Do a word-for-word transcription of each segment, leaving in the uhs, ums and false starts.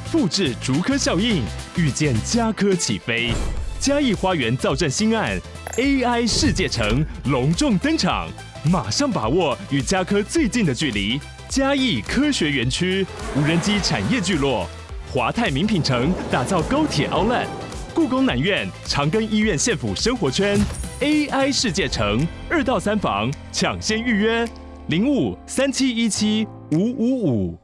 复制竹科效应，预见嘉科起飞。嘉义花园造镇新案 A I 世界城隆重登场，马上把握与嘉科最近的距离。嘉义科学园区无人机产业聚落，华泰名品城打造高铁 Outlet， 故宫南院长庚医院县府生活圈 A I 世界城二到三房抢先预约零五三七一七五五五。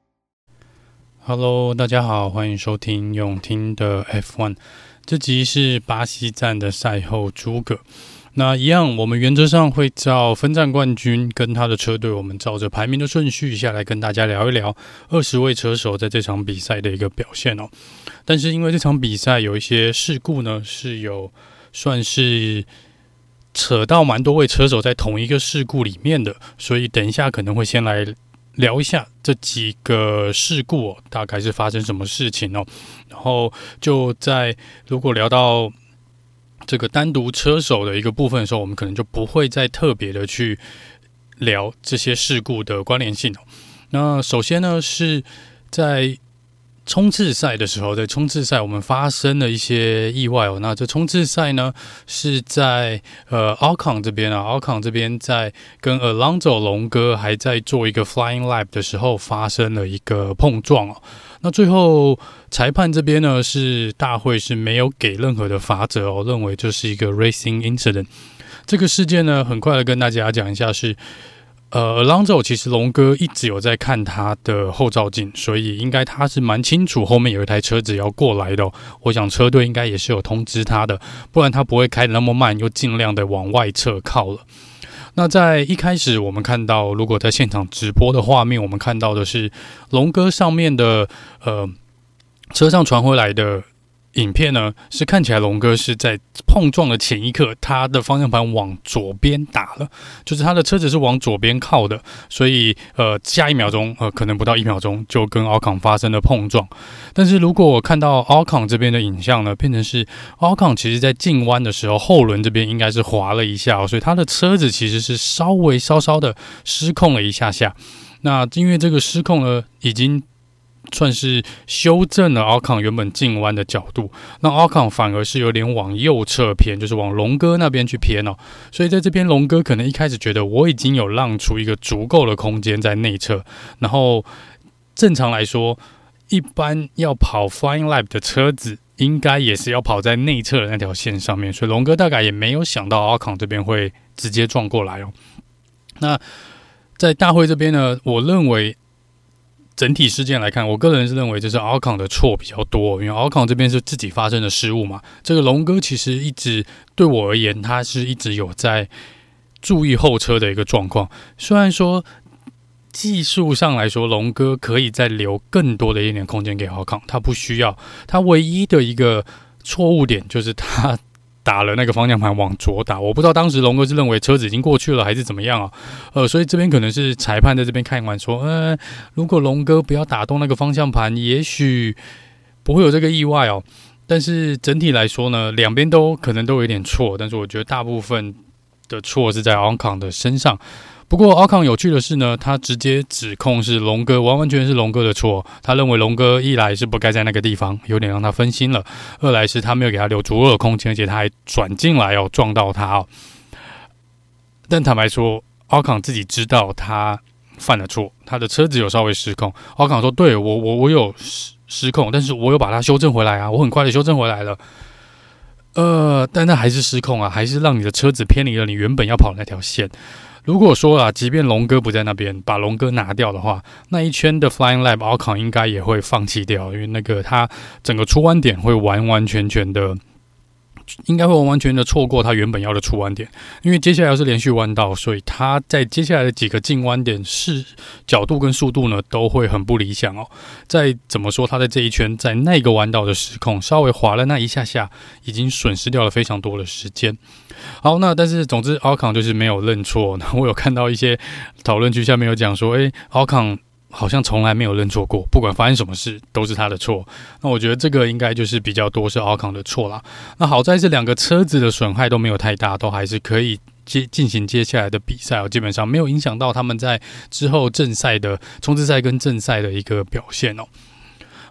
Hello， 大家好，欢迎收听永听的 F 一。这集是巴西站的赛后诸葛。那一样，我们原则上会照分站冠军跟他的车队，我们照着排名的顺序下来跟大家聊一聊二十位车手在这场比赛的一个表现哦。但是因为这场比赛有一些事故呢，是有算是扯到蛮多位车手在同一个事故里面的，所以等一下可能会先来聊一下这几个事故哦，大概是发生什么事情哦。然后就在如果聊到这个单独车手的一个部分的时候，我们可能就不会再特别的去聊这些事故的关联性哦。那首先呢，是在冲刺赛的时候，在冲刺赛我们发生了一些意外哦。那这冲刺赛呢，是在呃 Ocon 这边啊 ，Ocon 这边在跟 Alonso 龙哥还在做一个 Flying Lap 的时候发生了一个碰撞哦。那最后裁判这边呢，是大会是没有给任何的罚则哦，认为这是一个 Racing Incident。这个事件呢，很快的跟大家讲一下是。呃 Alonso 其实龙哥一直有在看他的后照镜，所以应该他是蛮清楚后面有一台车子要过来的哦。我想车队应该也是有通知他的，不然他不会开得那么慢，又尽量的往外侧靠了。那在一开始我们看到，如果在现场直播的画面，我们看到的是龙哥上面的呃车上传回来的影片呢，是看起来龙哥是在碰撞的前一刻，他的方向盘往左边打了，就是他的车子是往左边靠的，所以呃下一秒钟呃可能不到一秒钟就跟 Ocon 发生了碰撞。但是如果我看到 Ocon 这边的影像呢，变成是 Ocon 其实在进弯的时候后轮这边应该是滑了一下哦，所以他的车子其实是稍微稍稍的失控了一下下。那因为这个失控呢，已经算是修正了 Ocon 原本进弯的角度，那 Ocon 反而是有点往右侧偏，就是往龙哥那边去偏哦。所以在这边龙哥可能一开始觉得我已经有让出一个足够的空间在内侧，然后正常来说，一般要跑 Flying Lap 的车子应该也是要跑在内侧的那条线上面，所以龙哥大概也没有想到 Ocon 这边会直接撞过来哦。那在大会这边呢，我认为整体事件来看，我个人是认为这是 Ocon 的错比较多，因为 Ocon 这边是自己发生的失误嘛。这个龙哥其实一直对我而言，他是一直有在注意后车的一个状况。虽然说技术上来说，龙哥可以再留更多的一点空间给 Ocon， 他不需要。他唯一的一个错误点就是他打了那个方向盘往左打，我不知道当时龙哥是认为车子已经过去了还是怎么样啊？呃，所以这边可能是裁判在这边看完说，呃，如果龙哥不要打动那个方向盘，也许不会有这个意外哦。但是整体来说呢，两边都可能都有一点错，但是我觉得大部分的错是在 Ocon 的身上。不过 Ocon 有趣的是呢，他直接指控是龙哥，完完全全是龙哥的错。他认为龙哥一来是不该在那个地方，有点让他分心了；二来是他没有给他留足够的空间，而且他还转进来哦，撞到他哦。但坦白说 ，Ocon 自己知道他犯了错，他的车子有稍微失控。Ocon 说：“对我，我我有失失控，但是我有把它修正回来啊，我很快的修正回来了。”呃，但那还是失控啊，还是让你的车子偏离了你原本要跑的那条线。如果说啊，即便龙哥不在那边，把龙哥拿掉的话，那一圈的 Flying Lap Ocon 应该也会放弃掉，因为那个他整个出弯点会完完全全的，应该会完完全全的错过他原本要的出弯点，因为接下来是连续弯道，所以他在接下来的几个进弯点是角度跟速度呢都会很不理想哦。再怎么说，他在这一圈在那个弯道的失控，稍微滑了那一下下，已经损失掉了非常多的时间。好，那但是总之 Ocon 就是没有认错。那我有看到一些讨论区下面有讲说，诶 Ocon 好像从来没有认错过，不管发生什么事都是他的错。那我觉得这个应该就是比较多是 Ocon 的错啦。那好在这两个车子的损害都没有太大，都还是可以接进行接下来的比赛哦，基本上没有影响到他们在之后正赛的冲刺赛跟正赛的一个表现哦。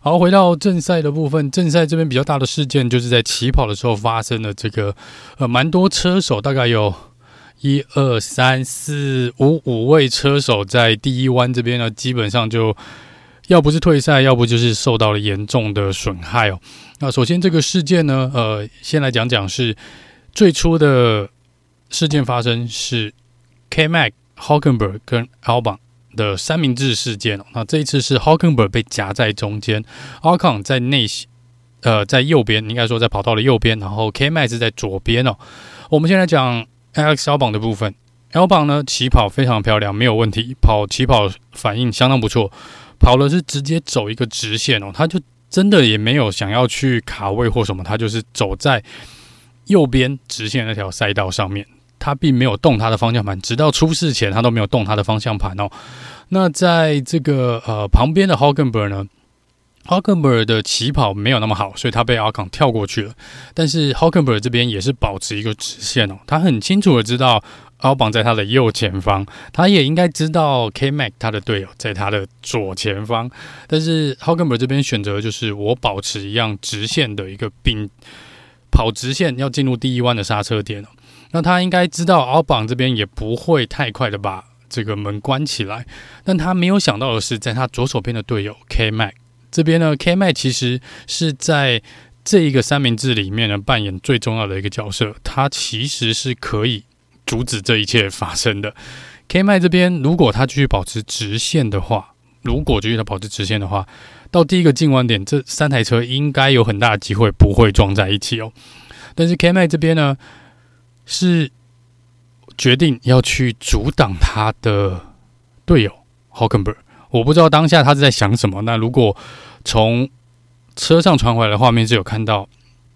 好，回到正赛的部分，正赛这边比较大的事件就是在起跑的时候发生了这个呃蛮多车手，大概有一二三四五五位车手在第一弯这边呢，基本上就要不是退赛，要不就是受到了严重的损害哦。那首先这个事件呢，呃，先来讲讲是最初的事件发生是 K-Mag、Hulkenberg 跟 Albon的三明治事件哦，那这一次是 Hulkenberg 被夹在中间 ，Albon 在内，呃，在右边，应该说在跑道的右边，然后 K-Mag 是在左边哦。我们先来讲 Alex Albon 的部分 ，Albon 呢起跑非常漂亮，没有问题，跑起跑反应相当不错，跑的是直接走一个直线哦，他就真的也没有想要去卡位或什么，他就是走在右边直线那条赛道上面。他并没有动他的方向盘，直到出事前他都没有动他的方向盘哦。那在这个呃旁边的 Hulkenberg 呢 ，Hulkenberg 的起跑没有那么好，所以他被 Albon 跳过去了。但是 Hulkenberg 这边也是保持一个直线哦，他很清楚的知道 Albon 在他的右前方，他也应该知道 K-Mag 他的队友在他的左前方。但是 Hulkenberg 这边选择就是我保持一样直线的一个并跑直线，要进入第一弯的刹车点哦。那他应该知道 Albon 这边也不会太快的把这个门关起来，但他没有想到的是，在他左手边的队友 K-Mag 这边呢 ，K-Mag 其实是在这一个三明治里面呢扮演最重要的一个角色，他其实是可以阻止这一切发生的。K-Mag 这边如果他继续保持直线的话，如果继续保持直线的话，到第一个进弯点，这三台车应该有很大的机会不会撞在一起哦。但是 K-Mag 这边呢？是决定要去阻挡他的队友 Hulkenberg， 我不知道当下他是在想什么。那如果从车上传回来的画面是有看到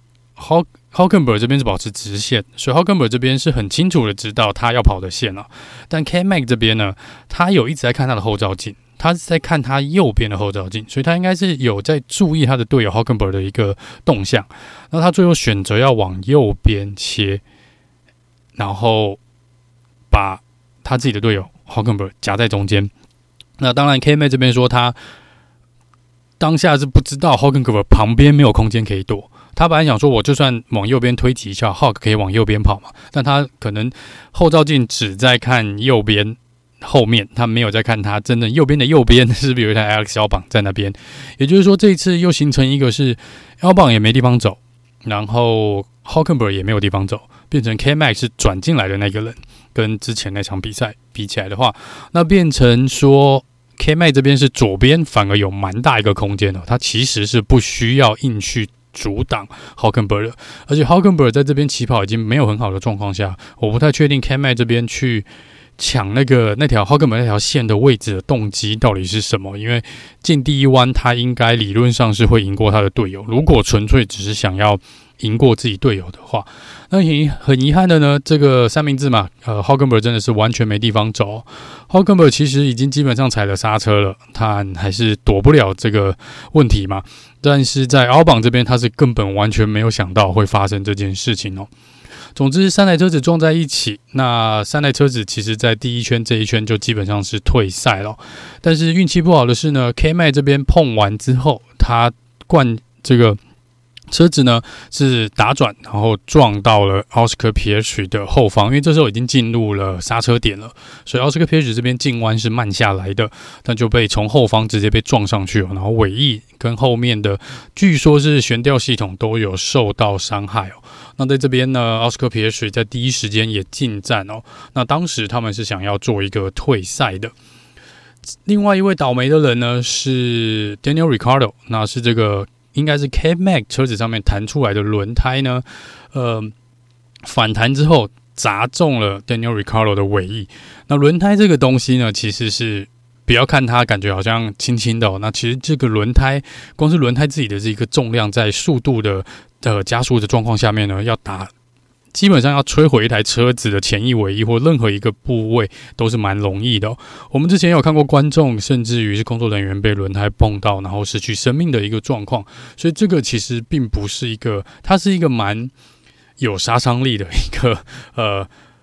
Hulkenberg 这边是保持直线，所以 Hulkenberg 这边是很清楚的知道他要跑的线了。但 K-Mag 这边呢，他有一直在看他的后照镜，他是在看他右边的后照镜，所以他应该是有在注意他的队友 Hulkenberg 的一个动向。那他最后选择要往右边切。然后把他自己的队友 Hulkenberg 夹在中间。那当然 K-Mag 这边说他当下是不知道 Hulkenberg 旁边没有空间可以躲。他本来想说我就算往右边推挤一下 Hulk 可以往右边跑嘛，但他可能后照镜只在看右边后面，他没有在看他真正右边的右边是不是有一台 Alex Albon 在那边。也就是说这一次又形成一个是 Albon 也没地方走，然后 Hulkenberg 也没有地方走，变成 K-Mag 是转进来的那个人，跟之前那场比赛比起来的话，那变成说 K-Mag 这边是左边反而有蛮大一个空间的，他其实是不需要硬去阻挡 Hulkenberg 的，而且 Hulkenberg 在这边起跑已经没有很好的状况下，我不太确定 K-Mag 这边去抢那个那条 Hulkenberg 那条线的位置的动机到底是什么？因为进第一弯他应该理论上是会赢过他的队友，如果纯粹只是想要赢过自己队友的话，那很遗憾的呢，这个三明治嘛，呃 ，Hulkenberg 真的是完全没地方走。Hulkenberg 其实已经基本上踩了刹车了，他还是躲不了这个问题嘛。但是在 Albon 这边，他是根本完全没有想到会发生这件事情哦。总之，三台车子撞在一起，那三台车子其实在第一圈这一圈就基本上是退赛了。但是运气不好的是呢 ，K-Mag 这边碰完之后，他灌这个车子呢是打转，然后撞到了 Oscar Piastri 的后方，因为这时候已经进入了刹车点了，所以 Oscar Piastri 这边进弯是慢下来的，但就被从后方直接被撞上去了，然后尾翼跟后面的据说是悬吊系统都有受到伤害哦。那在这边呢 ，Oscar Piastri 在第一时间也进站哦。那当时他们是想要做一个退赛的。另外一位倒霉的人呢是 Daniel Ricciardo， 那是这个应该是 K-Mag 车子上面弹出来的轮胎呢，呃，反弹之后砸中了 Daniel Ricciardo 的尾翼。那轮胎这个东西呢，其实是不要看它感觉好像轻轻的哦，那其实这个轮胎光是轮胎自己的这个重量，在速度的呃加速的状况下面呢，要打基本上要摧毁一台车子的前翼、尾翼或任何一个部位都是蛮容易的哦。我们之前有看过观众甚至于是工作人员被轮胎碰到，然后失去生命的一个状况，所以这个其实并不是一个，它是一个蛮有杀伤力的一个呃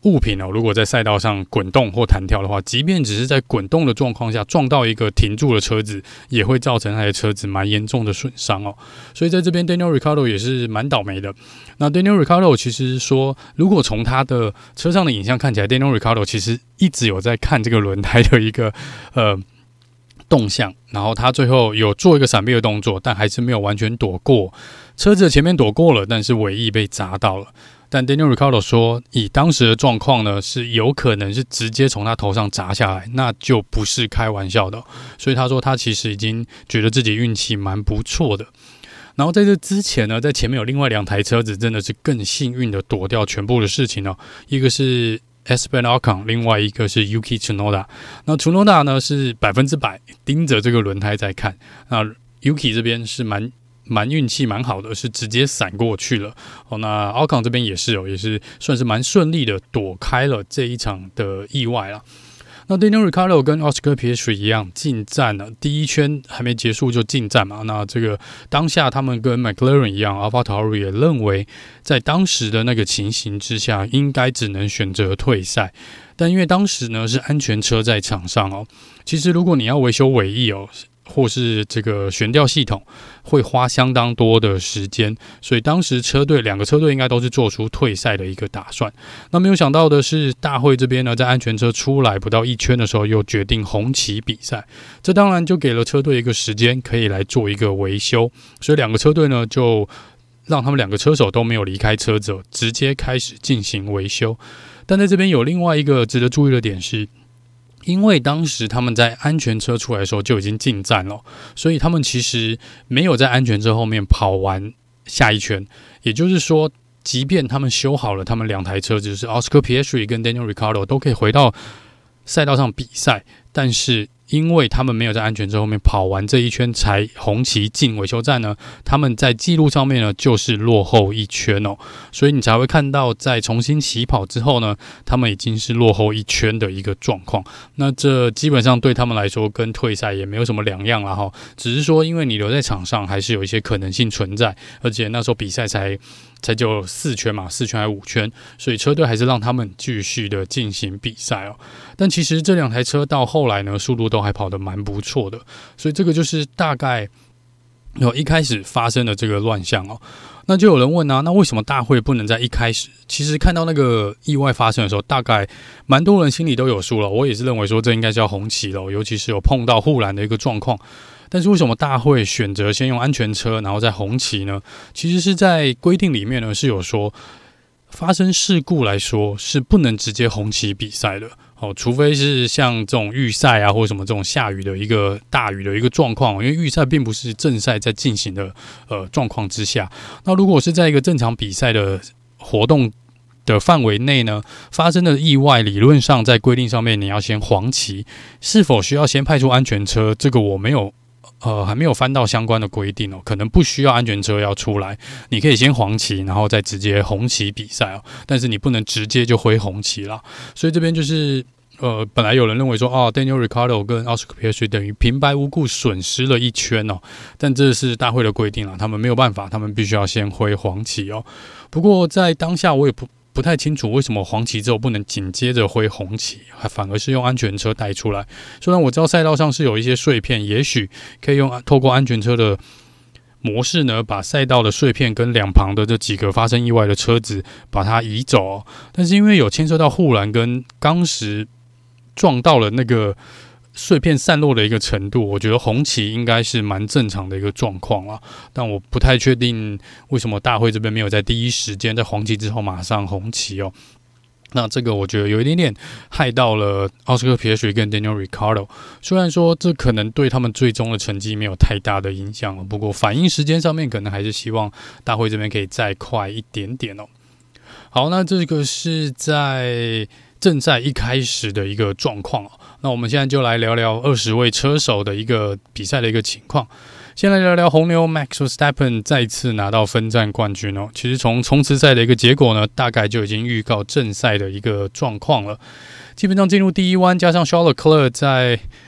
物品哦，如果在赛道上滚动或弹跳的话，即便只是在滚动的状况下撞到一个停住的车子，也会造成他的车子蛮严重的损伤哦。所以在这边 Daniel Ricciardo 也是蛮倒霉的。那 Daniel Ricciardo 其实说，如果从他的车上的影像看起来 ，Daniel Ricciardo 其实一直有在看这个轮胎的一个呃动向，然后他最后有做一个闪避的动作，但还是没有完全躲过。车子的前面躲过了，但是尾翼被砸到了。但 Daniel Ricciardo 说，以当时的状况呢，是有可能是直接从他头上砸下来，那就不是开玩笑的。所以他说他其实已经觉得自己运气蛮不错的。然后在这之前呢，在前面有另外两台车子真的是更幸运的躲掉全部的事情哦。一个是 Esteban Ocon， 另外一个是 Yuki Tsunoda。那 Tsunoda 呢是百分之百盯着这个轮胎在看，那 Yuki 这边是蛮。蛮运气蛮好的，是直接闪过去了。哦，那 Ocon 这边也是哦，也是算是蛮顺利的躲开了这一场的意外啦。那 Daniel Ricciardo 跟 Oscar Piastri 一样进站了，第一圈还没结束就进站嘛。那这个当下他们跟 McLaren 一样 ，AlphaTauri 也认为在当时的那个情形之下，应该只能选择退赛。但因为当时呢是安全车在场上哦，其实如果你要维修尾翼哦。或是这个悬吊系统会花相当多的时间，所以当时车队两个车队应该都是做出退赛的一个打算。那没有想到的是，大会这边呢，在安全车出来不到一圈的时候，又决定红旗比赛。这当然就给了车队一个时间，可以来做一个维修。所以两个车队呢，就让他们两个车手都没有离开车子，直接开始进行维修。但在这边有另外一个值得注意的点是。因为当时他们在安全车出来的时候就已经进站了，所以他们其实没有在安全车后面跑完下一圈。也就是说，即便他们修好了他们两台车子，就是 Oscar Piastri 跟 Daniel Ricciardo 都可以回到赛道上比赛，但是因为他们没有在安全车后面跑完这一圈才红旗进维修站呢，他们在记录上面呢就是落后一圈哦，所以你才会看到在重新起跑之后呢，他们已经是落后一圈的一个状况。那这基本上对他们来说跟退赛也没有什么两样啦齁，只是说因为你留在场上还是有一些可能性存在，而且那时候比赛才才就四圈嘛，四圈还五圈，所以车队还是让他们继续的进行比赛哦。但其实这两台车到后来呢，速度都还跑得蛮不错的，所以这个就是大概有一开始发生的这个乱象哦。那就有人问啊，那为什么大会不能在一开始？其实看到那个意外发生的时候，大概蛮多人心里都有数了。我也是认为说这应该叫红旗了，尤其是有碰到护栏的一个状况。但是为什么大会选择先用安全车，然后再红旗呢？其实是在规定里面呢是有说，发生事故来说是不能直接红旗比赛的。哦，除非是像这种预赛啊，或者什么这种下雨的一个大雨的一个状况，因为预赛并不是正赛在进行的呃状况之下。那如果是在一个正常比赛的活动的范围内呢，发生的意外，理论上在规定上面你要先黄旗，是否需要先派出安全车？这个我没有。呃，还没有翻到相关的规定哦，可能不需要安全车要出来，你可以先黄旗，然后再直接红旗比赛哦。但是你不能直接就挥红旗啦。所以这边就是呃，本来有人认为说，哦 ，Daniel Ricciardo 跟 Oscar Piastri 等于平白无故损失了一圈哦，但这是大会的规定啦，他们没有办法，他们必须要先挥黄旗哦。不过在当下，我也不。不太清楚为什么黄旗之后不能紧接着挥红旗，反而是用安全车带出来。虽然我知道赛道上是有一些碎片，也许可以用透过安全车的模式呢，把赛道的碎片跟两旁的这几个发生意外的车子把它移走哦。但是因为有牵涉到护栏跟钢石撞到了那个碎片散落的一个程度，我觉得红旗应该是蛮正常的一个状况啦，但我不太确定为什么大会这边没有在第一时间在黄旗之后马上红旗哦。那这个我觉得有一点点害到了奥斯卡皮耶水跟 Daniel Ricciardo， 虽然说这可能对他们最终的成绩没有太大的影响哦，不过反应时间上面可能还是希望大会这边可以再快一点点哦。好，那这个是在正赛一开始的一个状况哦。那我们现在就来聊聊二十位车手的一个比赛的一个情况。先来聊聊红牛 Max Verstappen 再次拿到分站冠军哦。其实从冲刺赛的一个结果呢，大概就已经预告正赛的一个状况了。基本上进入第一弯，加上 Charles Leclerc 在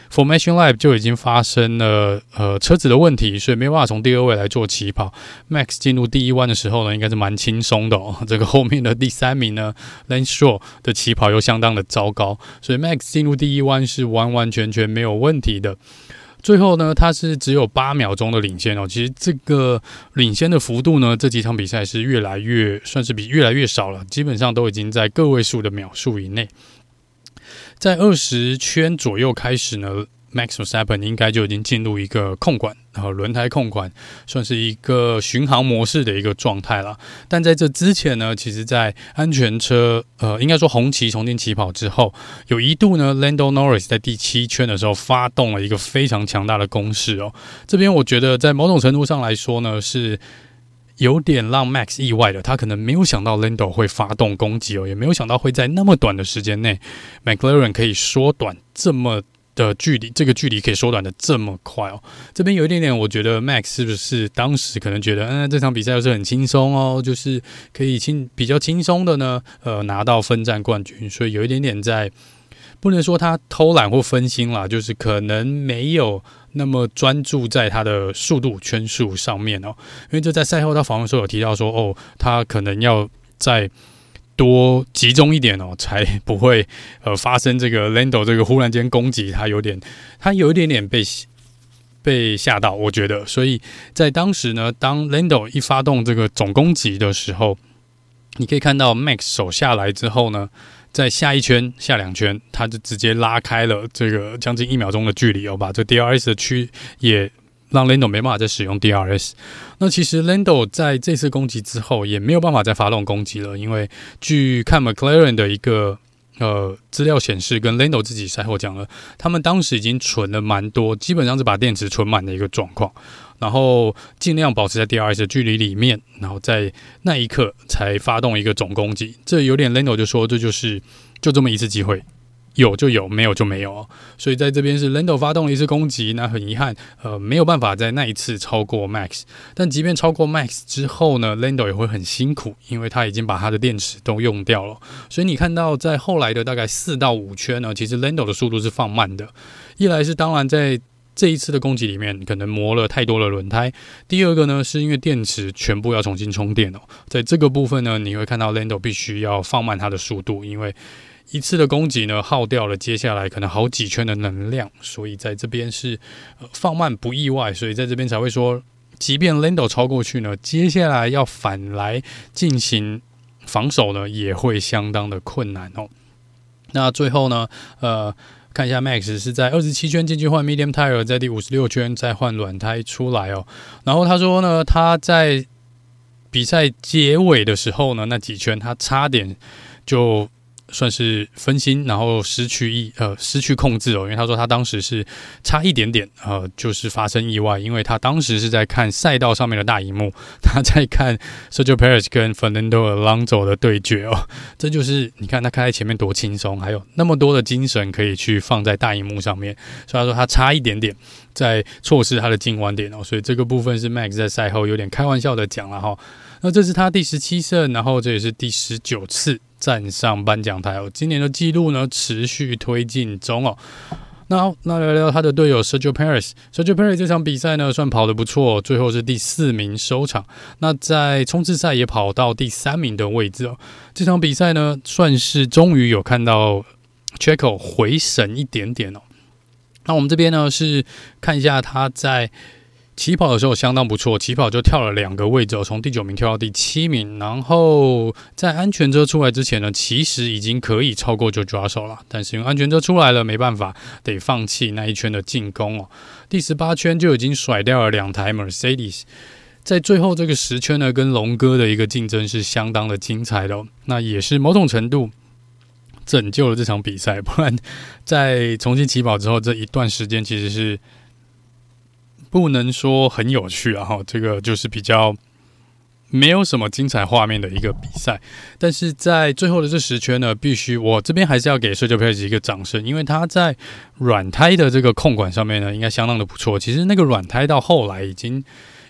Formation Lap 就已经发生了呃车子的问题，所以没有办法从第二位来做起跑。Max 进入第一弯的时候呢，应该是蛮轻松的哦。这个后面的第三名呢 Lance Stroll 的起跑又相当的糟糕，所以 Max 进入第一弯是完完全全没有问题的。最后呢，他是只有八秒钟的领先哦。其实这个领先的幅度呢，这几场比赛是越来越算是比越来越少了，基本上都已经在个位数的秒数以内。在二十圈左右开始呢 ，Max Verstappen 应该就已经进入一个控管，然后轮胎控管，算是一个巡航模式的一个状态了。但在这之前呢，其实在安全车，呃，应该说红旗重新起跑之后，有一度呢 ，Lando Norris 在第七圈的时候发动了一个非常强大的攻势哦。这边我觉得在某种程度上来说呢，是有点让 Max 意外的，他可能没有想到 Lando 会发动攻击哦，也没有想到会在那么短的时间内 ，McLaren 可以缩短这么的距离，这个距离可以缩短的这么快哦。这边有一点点，我觉得 Max 是不是当时可能觉得，嗯，这场比赛又是很轻松哦，就是可以轻比较轻松的呢，呃，拿到分站冠军，所以有一点点在。不能说他偷懒或分心啦，就是可能没有那么专注在他的速度圈数上面哦。因为这在赛后他访问的时候有提到说，哦，他可能要再多集中一点哦，才不会呃发生这个 Lando 这个忽然间攻击，他有点他有一点点被被吓到，我觉得。所以在当时呢，当 Lando 一发动这个总攻击的时候，你可以看到 Max 手下来之后呢。在下一圈、下两圈，他就直接拉开了这个将近一秒钟的距离哦，把这 D R S 的区也让 Lando 没办法再使用 D R S。那其实 Lando 在这次攻击之后也没有办法再发动攻击了，因为据看 McLaren 的一个呃资料显示，跟 Lando 自己赛后讲了，他们当时已经存了蛮多，基本上是把电池存满的一个状况。然后尽量保持在 D R S 的距离里面，然后在那一刻才发动一个总攻击。这有点 Lando 就说这就是就这么一次机会，有就有，没有就没有哦。所以在这边是 Lando 发动了一次攻击，那很遗憾，呃，没有办法在那一次超过 Max。但即便超过 Max 之后呢 ，Lando 也会很辛苦，因为他已经把他的电池都用掉了。所以你看到在后来的大概四到五圈呢，其实 Lando 的速度是放慢的。一来是当然在这一次的攻击里面可能磨了太多的轮胎，第二个呢是因为电池全部要重新充电哦，在这个部分呢你会看到 Lando 必须要放慢他的速度，因为一次的攻击呢耗掉了接下来可能好几圈的能量，所以在这边是、呃、放慢不意外，所以在这边才会说即便 Lando 超过去呢，接下来要反来进行防守呢也会相当的困难哦。那最后呢呃看一下 Max 是在二十七圈进去换 medium tire， 在第五十六圈再换软胎出来哦。然后他说呢，他在比赛结尾的时候呢，那几圈他差点就算是分心，然后失去意呃失去控制哦，因为他说他当时是差一点点呃就是发生意外，因为他当时是在看赛道上面的大荧幕，他在看 Sergio Perez 跟 Fernando Alonso 的对决哦，这就是你看他开在前面多轻松，还有那么多的精神可以去放在大荧幕上面，所以他说他差一点点在错失他的进弯点哦，所以这个部分是 Max 在赛后有点开玩笑的讲了哈。那这是他第十七胜，然后这也是第十九次站上颁奖台哦。今年的纪录呢持续推进中哦。那好，那聊聊他的队友 Sergio Perez。Sergio Perez 这场比赛呢算跑得不错，最后是第四名收场。那在冲刺赛也跑到第三名的位置哦。这场比赛呢算是终于有看到 Checo 回神一点点哦。那我们这边呢是看一下他在起跑的时候相当不错，起跑就跳了两个位置，从第九名跳到第七名，然后在安全车出来之前呢，其实已经可以超过 George Russell 了，但是因为安全车出来了，没办法，得放弃那一圈的进攻哦。第十八圈就已经甩掉了两台 Mercedes， 在最后这个十圈呢，跟龙哥的一个竞争是相当的精彩的哦，那也是某种程度拯救了这场比赛，不然在重新起跑之后这一段时间其实是不能说很有趣啊，这个就是比较没有什么精彩画面的一个比赛。但是在最后的这十圈呢，必须我这边还是要给 Sergio Perez 一个掌声，因为他在软胎的这个控管上面呢，应该相当的不错。其实那个软胎到后来已经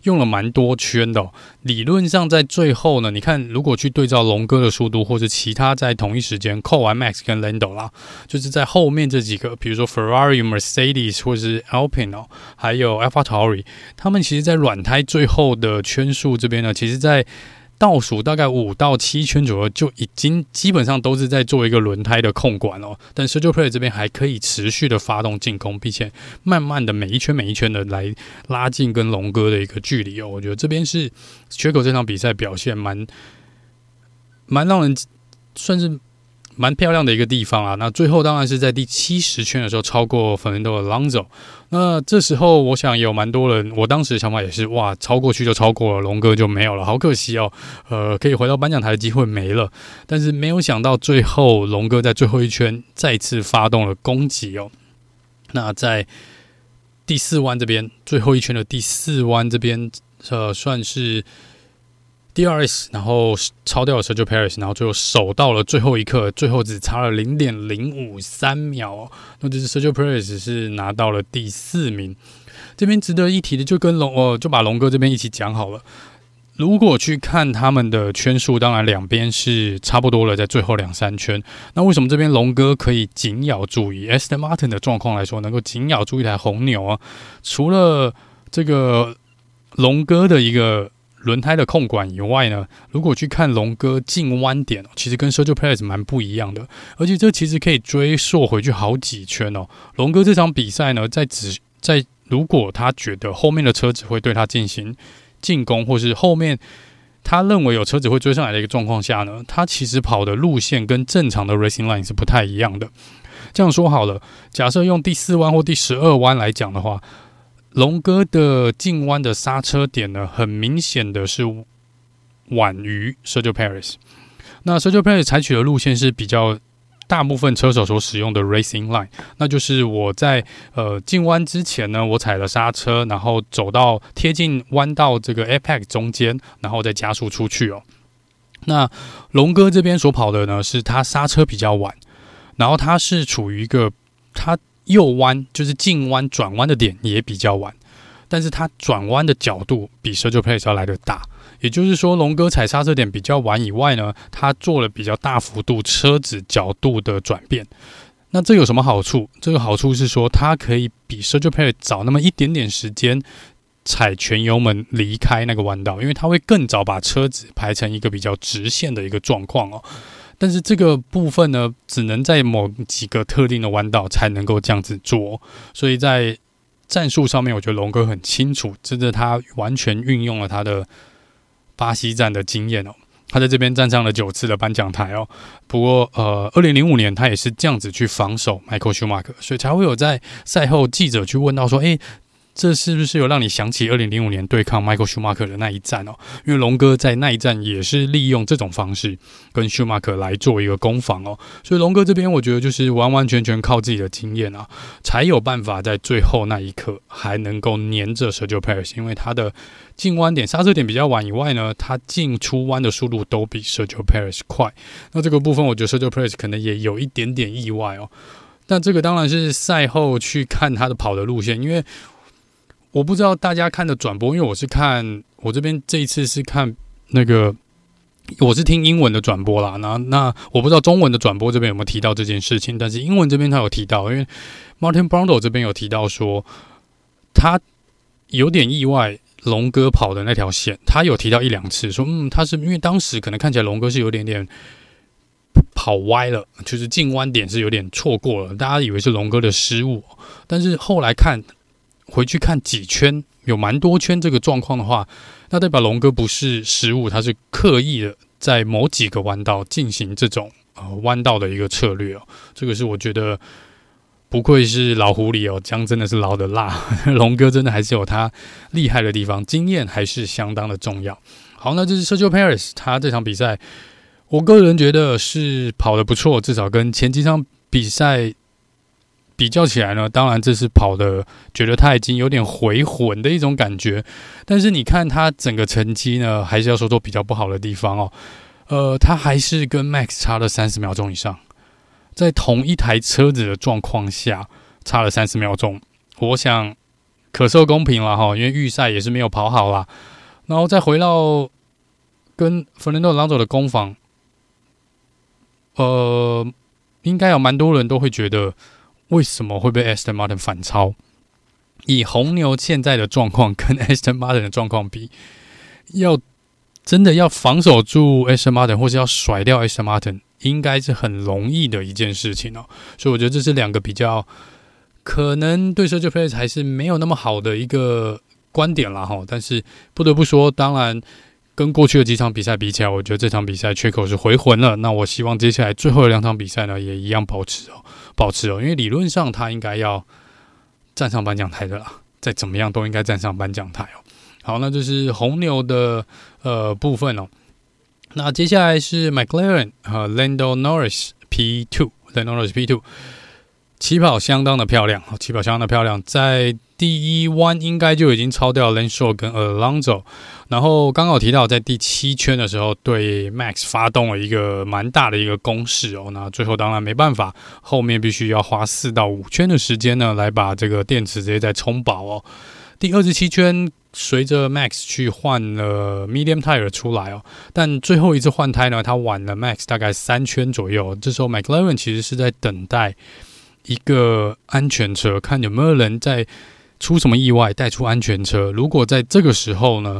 用了蛮多圈的、哦。理论上在最后呢，你看如果去对照龙哥的速度，或者其他在同一时间扣完 Max 跟 Lando 啦，就是在后面这几个，比如说 Ferrari、Mercedes 或者是 Alpine 哦，还有 AlphaTauri， 他们其实在软胎最后的圈数这边呢，其实在倒数大概五到七圈左右就已经基本上都是在做一个轮胎的控管哦，但 Sergio Perez 这边还可以持续的发动进攻，并且慢慢的每一圈每一圈的来拉近跟龙哥的一个距离哦。我觉得这边是缺口这场比赛表现蛮蛮让人算是蛮漂亮的一个地方啊。那最后当然是在第七十圈的时候超过 Fernando Alonso。那这时候我想有蛮多人，我当时的想法也是，哇，超过去就超过了，龙哥就没有了，好可惜哦。呃，可以回到颁奖台的机会没了。但是没有想到最后龙哥在最后一圈再次发动了攻击哦。那在第四弯这边，最后一圈的第四弯这边，呃，算是D R S， 然后超掉了 Sergio Perez， 然后最后守到了最后一刻，最后只差了 零点零五三秒、哦，那就是 Sergio Perez 是拿到了第四名。这边值得一提的，就跟龙哦，就把龙哥这边一起讲好了。如果去看他们的圈数，当然两边是差不多了，在最后两三圈。那为什么这边龙哥可以紧咬住？以 Aston Martin 的状况来说，能够紧咬住一台红牛啊？除了这个龙哥的一个轮胎的控管以外呢，如果去看龙哥进弯点，其实跟 Sergio Perez 蛮不一样的，而且这其实可以追溯回去好几圈哦。龙哥这场比赛呢，在只在如果他觉得后面的车子会对他进行进攻，或是后面他认为有车子会追上来的一个状况下呢，他其实跑的路线跟正常的 Racing Line 是不太一样的。这样说好了，假设用第四弯或第十二弯来讲的话，龙哥的进弯的刹车点呢，很明显的是晚于 Sergio Perez。那 Sergio Perez 采取的路线是比较大部分车手所使用的 Racing Line， 那就是我在呃进弯之前呢，我踩了刹车，然后走到贴近弯道这个 Apex 中间，然后再加速出去哦。那龙哥这边所跑的呢，是他刹车比较晚，然后他是处于一个他右弯就是进弯转弯的点也比较晚，但是他转弯的角度比 Sergio Perez 要来得大，也就是说龙哥踩刹车点比较晚以外呢，他做了比较大幅度车子角度的转变。那这有什么好处？这个好处是说他可以比 Sergio Perez 早那么一点点时间踩全油门离开那个弯道，因为他会更早把车子排成一个比较直线的一个状况哦。但是这个部分呢，只能在某几个特定的弯道才能够这样子做，所以在战术上面，我觉得龙哥很清楚，真的他完全运用了他的巴西站的经验哦。他在这边站上了九次的颁奖台哦。不过呃，二零零五年他也是这样子去防守 Michael Schumacher， 所以才会有在赛后记者去问到说，诶，这是不是有让你想起二零零五年对抗 Michael Schumacher 的那一战哦？因为龙哥在那一战也是利用这种方式跟 Schumacher 来做一个攻防哦，所以龙哥这边我觉得就是完完全全靠自己的经验啊，才有办法在最后那一刻还能够黏着 Sergio Perez， 因为他的进弯点刹车点比较晚以外呢，他进出弯的速度都比 Sergio Perez 快。那这个部分我觉得 Sergio Perez 可能也有一点点意外哦。那这个当然是赛后去看他的跑的路线，因为我不知道大家看的转播，因为我是看我这边这一次是看那个，我是听英文的转播啦。那那我不知道中文的转播这边有没有提到这件事情，但是英文这边他有提到，因为 Martin Brundle 这边有提到说，他有点意外龙哥跑的那条线，他有提到一两次说，嗯，他是因为当时可能看起来龙哥是有点点跑歪了，就是进弯点是有点错过了，大家以为是龙哥的失误，但是后来看。回去看几圈，有蛮多圈这个状况的话，那代表龙哥不是失误，他是刻意的在某几个弯道进行这种呃弯道的一个策略哦。这个是我觉得不愧是老狐狸哦，姜真的是老的辣，龙哥真的还是有他厉害的地方，经验还是相当的重要。好，那这是 Sergio Perez， 他这场比赛，我个人觉得是跑得不错，至少跟前几场比赛比较起来呢，当然这是跑的，觉得他已经有点回魂的一种感觉。但是你看他整个成绩呢，还是要说说比较不好的地方哦。呃，他还是跟 Max 差了三十秒钟以上，在同一台车子的状况下差了三十秒钟。我想可受公平啦哈，因为预赛也是没有跑好啦。然后再回到跟 Fernando Alonso 的攻防，呃，应该有蛮多人都会觉得，为什么会被 Aston Martin 反超？以红牛现在的状况跟 Aston Martin 的状况比，要真的要防守住 Aston Martin 或是要甩掉 Aston Martin， 应该是很容易的一件事情哦。所以我觉得这是两个比较可能对 Sergio Perez 还是没有那么好的一个观点啦齁。但是不得不说，当然跟过去的几场比赛比起来，我觉得这场比赛缺口是回魂了。那我希望接下来最后的两场比赛呢，也一样保持哦，保持哦，因为理论上他应该要站上颁奖台的啦，再怎么样都应该站上颁奖台哦。好，那这是红牛的呃部分哦。那接下来是 McLaren 和 Lando Norris P 二 Lando Norris P 二， 起跑相当的漂亮，起跑相当的漂亮，在第一弯应该就已经超掉 Lance Stroll 跟 Alonso， 然后刚好提到在第七圈的时候对 Max 发动了一个蛮大的一个攻势哦，那最后当然没办法，后面必须要花四到五圈的时间呢来把这个电池直接再充饱哦。第二十七圈随着 Max 去换了 Medium Tire 出来哦，但最后一次换胎呢，他晚了 Max 大概三圈左右，这时候 McLaren 其实是在等待一个安全车，看有没有人在出什么意外带出安全车。如果在这个时候呢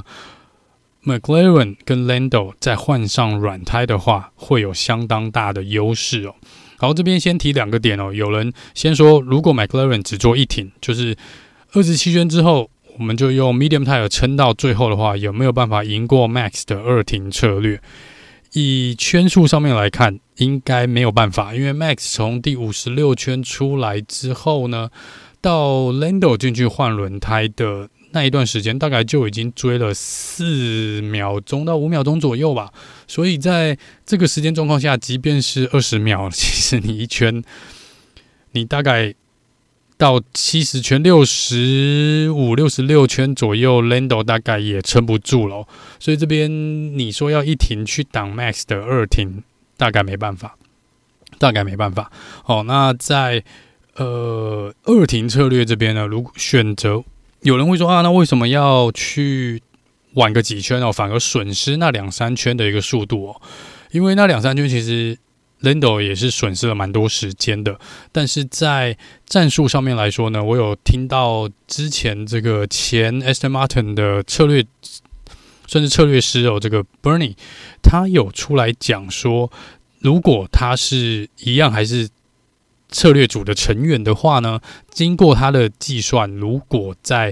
McLaren 跟 Lando 再换上软胎的话，会有相当大的优势哦。好，这边先提两个点哦。有人先说，如果 McLaren 只做一停，就是二十七圈之后我们就用 Medium Tire 撑到最后的话，有没有办法赢过 Max 的二停策略？以圈数上面来看，应该没有办法，因为 Max 从第五十六圈出来之后呢，到 Lando 进去换轮胎的那一段时间，大概就已经追了四秒钟到五秒钟左右吧。所以在这个时间状况下，即便是二十秒，其实你一圈，你大概到七十圈、六十五、六十六圈左右 ，Lando 大概也撑不住了、哦。所以这边你说要一停去挡 Max 的二停，大概没办法，大概没办法。哦，那在呃二停策略这边呢，如果选择有人会说啊，那为什么要去晚个几圈哦，反而损失那两三圈的一个速度哦？因为那两三圈其实Lando 也是损失了蛮多时间的，但是在战术上面来说呢，我有听到之前这个前 Aston Martin 的策略，算是策略师哦，这个 Bernie 他有出来讲说，如果他是一样还是策略组的成员的话呢，经过他的计算，如果在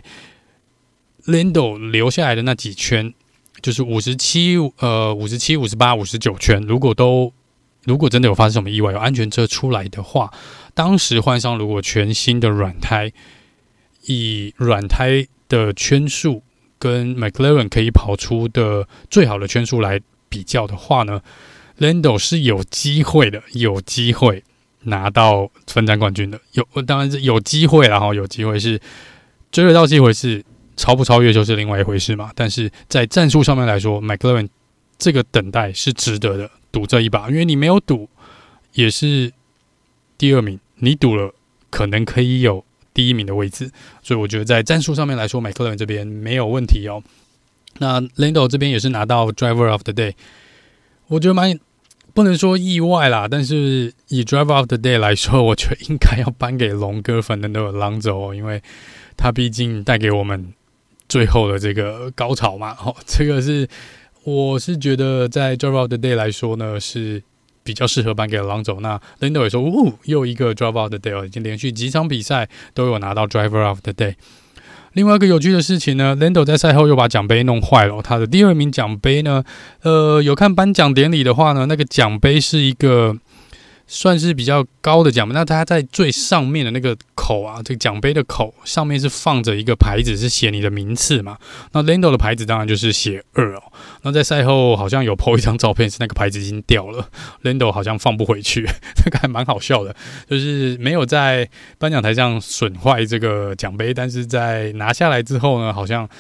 Lando 留下来的那几圈，就是五十七、呃五十七、五十八、五十九圈，如果都如果真的有发生什么意外，有安全车出来的话，当时换上如果全新的软胎，以软胎的圈数跟 McLaren 可以跑出的最好的圈数来比较的话呢， Lando 是有机会的，有机会拿到分站冠军的。有，当然是有机会啦，有机会是追得到机会是超不超越就是另外一回事嘛。但是在战术上面来说 ，McLaren 这个等待是值得的。赌这一把，因为你没有赌也是第二名，你赌了可能可以有第一名的位置，所以我觉得在战术上面来说 McLaren 这边没有问题哦。那 Lando 这边也是拿到 Driver of the Day， 我觉得蛮不能说意外啦，但是以 Driver of the Day 来说，我觉得应该要颁给龙哥Fernando Alonso哦，因为他毕竟带给我们最后的这个高潮嘛，哦，这个是我是觉得在 Driver of the Day 来说呢，是比较适合颁给 Alonso。那 Lando 也说，哦，又一个 Driver of the Day， 已经连续几场比赛都有拿到 Driver of the Day。另外一个有趣的事情呢 ，Lando 在赛后又把奖杯弄坏了。他的第二名奖杯呢，呃，有看颁奖典礼的话呢，那个奖杯是一个算是比较高的奖杯，那它在最上面的那个口啊，这个奖杯的口上面是放着一个牌子，是写你的名次嘛。那 Lando 的牌子当然就是写二哦。那在赛后好像有 po 一张照片，是那个牌子已经掉了 ，Lando 好像放不回去，这个还蛮好笑的，就是没有在颁奖台上损坏这个奖杯，但是在拿下来之后呢，好像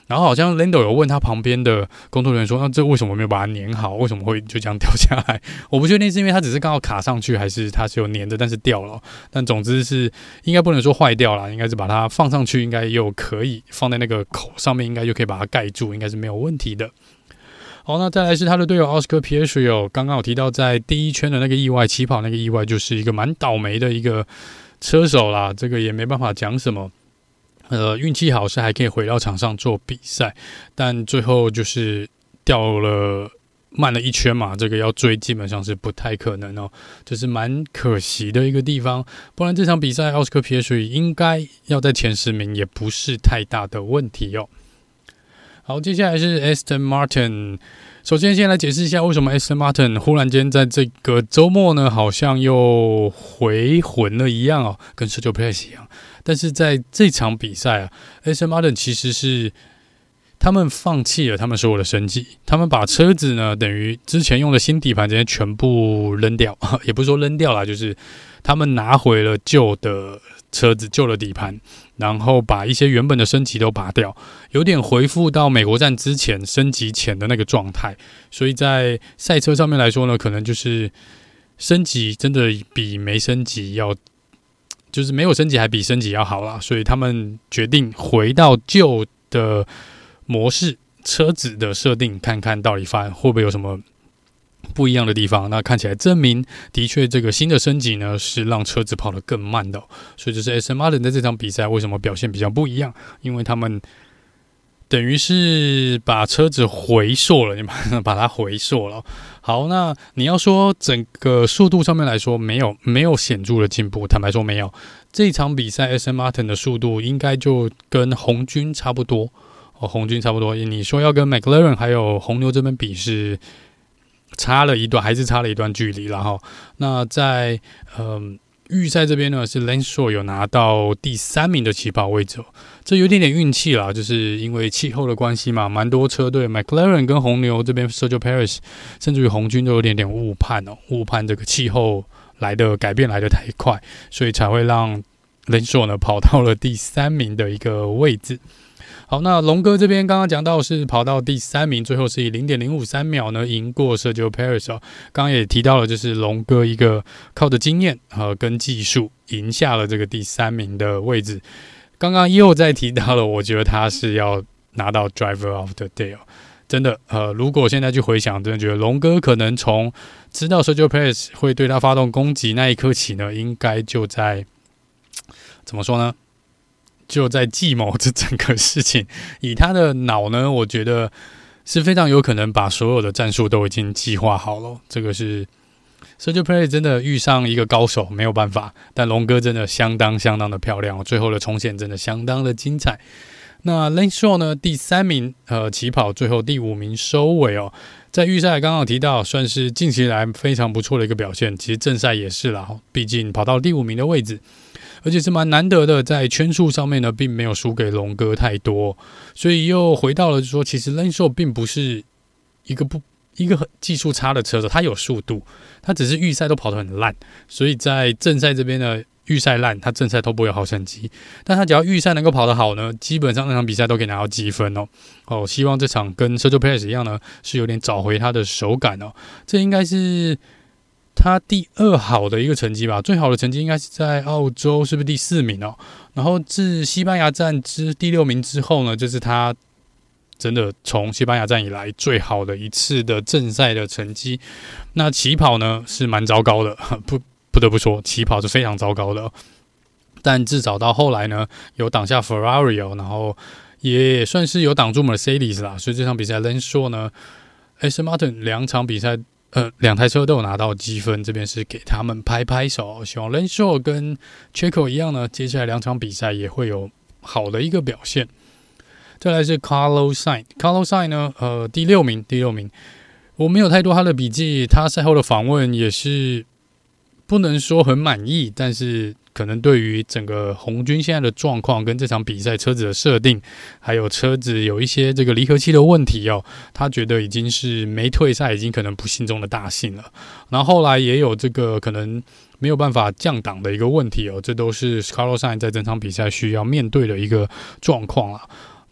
然后好像 Lando 有问他旁边的工作人员说：“那、啊、这为什么没有把它粘好？为什么会就这样掉下来？”我不确定是因为它只是刚好卡上去，还是它是有粘的，但是掉了。但总之是应该不能说坏掉了，应该是把它放上去，应该又可以放在那个口上面，应该就可以把它盖住，应该是没有问题的。好，那再来是他的队友 Oscar Piastri 哦，刚刚有提到在第一圈的那个意外，起跑那个意外，就是一个蛮倒霉的一个车手啦，这个也没办法讲什么。呃，运气好是还可以回到场上做比赛，但最后就是掉了慢了一圈嘛，这个要追基本上是不太可能哦，这是蛮可惜的一个地方。不然这场比赛 Oscar Piastri 应该要在前十名也不是太大的问题哦。好，接下来是 Aston Martin。首先，先来解释一下为什么 Aston Martin 忽然间在这个周末呢，好像又回魂了一样哦，跟 Sergio Perez 一样。但是在这场比赛啊 ，Aston Martin 其实是他们放弃了他们所有的升级，他们把车子呢，等于之前用的新底盘这些全部扔掉，也不是说扔掉啦，就是他们拿回了旧的车子、旧的底盘。然后把一些原本的升级都拔掉，有点恢复到美国站之前升级前的那个状态。所以在赛车上面来说呢，可能就是升级真的比没升级要，就是没有升级还比升级要好啦。所以他们决定回到旧的模式，车子的设定，看看到底发会不会有什么不一样的地方。那看起来证明的确这个新的升级呢是让车子跑得更慢的、哦、所以这是 Aston Martin 在这场比赛为什么表现比较不一样，因为他们等于是把车子回溯了，你把把它回溯了。好，那你要说整个速度上面来说没有没有显著的进步，坦白说没有。这场比赛 Aston Martin 的速度应该就跟红军差不多哦，红军差不多。你说要跟 McLaren 还有红牛这边比是差了一段，还是差了一段距离啦齁。那在嗯预赛这边呢，是 Lance Stroll 有拿到第三名的起跑位置、哦，这有点点运气啦，就是因为气候的关系嘛，蛮多车队 McLaren 跟红牛这边 Sergio Perez 甚至于红军都有点点误判哦，误判这个气候来的改变来的太快，所以才会让 Lance Stroll 呢跑到了第三名的一个位置。好，那龙哥这边刚刚讲到是跑到第三名，最后是以 零点零五三秒呢赢过 Sergio Perez、哦、刚刚也提到了，就是龙哥一个靠着经验和跟技术赢下了这个第三名的位置。刚刚又再提到了，我觉得他是要拿到 Driver of the Day、哦、真的呃，如果现在去回想，真的觉得龙哥可能从知道 Sergio Perez 会对他发动攻击那一刻起呢，应该就在怎么说呢？就在计谋这整个事情，以他的脑呢，我觉得是非常有可能把所有的战术都已经计划好了。这个是 Sergio Perez 真的遇上一个高手，没有办法。但龙哥真的相当相当的漂亮，最后的冲线真的相当的精彩。那 Lance Stroll 呢，第三名呃起跑，最后第五名收尾哦。在预赛刚刚有提到，算是近期来非常不错的一个表现。其实正赛也是啦，毕竟跑到第五名的位置。而且是蛮难得的，在圈数上面呢，并没有输给龙哥太多，所以又回到了说，其实 Lance Stroll 并不是一个不一个很技术差的车手，他有速度，他只是预赛都跑得很烂，所以在正赛这边呢，预赛烂，他正赛都不会有好成绩，但他只要预赛能够跑得好呢，基本上那场比赛都可以拿到积分哦。哦，希望这场跟 Sergio Perez 一样呢，是有点找回他的手感哦，这应该是他第二好的一个成绩吧，最好的成绩应该是在澳洲，是不是第四名哦？然后自西班牙站之第六名之后呢，这是他真的从西班牙站以来最好的一次的正赛的成绩。那起跑呢是蛮糟糕的，不不得不说，起跑是非常糟糕的、哦。但至少到后来呢，有挡下 Ferrari 哦，然后也算是有挡住 Mercedes 啦，所以这场比赛 Lance Stroll 呢 ，Aston Martin 两场比赛。呃，两台车都有拿到积分，这边是给他们拍拍手。希望 Lance Stroll 跟 Checo 一样呢，接下来两场比赛也会有好的一个表现。再来是 Carlos Sainz，Carlos Sainz 呢，呃，第六名，第六名。我没有太多他的笔记，他赛后的访问也是不能说很满意，但是可能对于整个红军现在的状况跟这场比赛车子的设定，还有车子有一些这个离合器的问题哦，他觉得已经是没退赛，已经可能不幸中的大幸了。然后后来也有这个可能没有办法降档的一个问题哦，这都是 Carlos Sainz 在整场比赛需要面对的一个状况啦。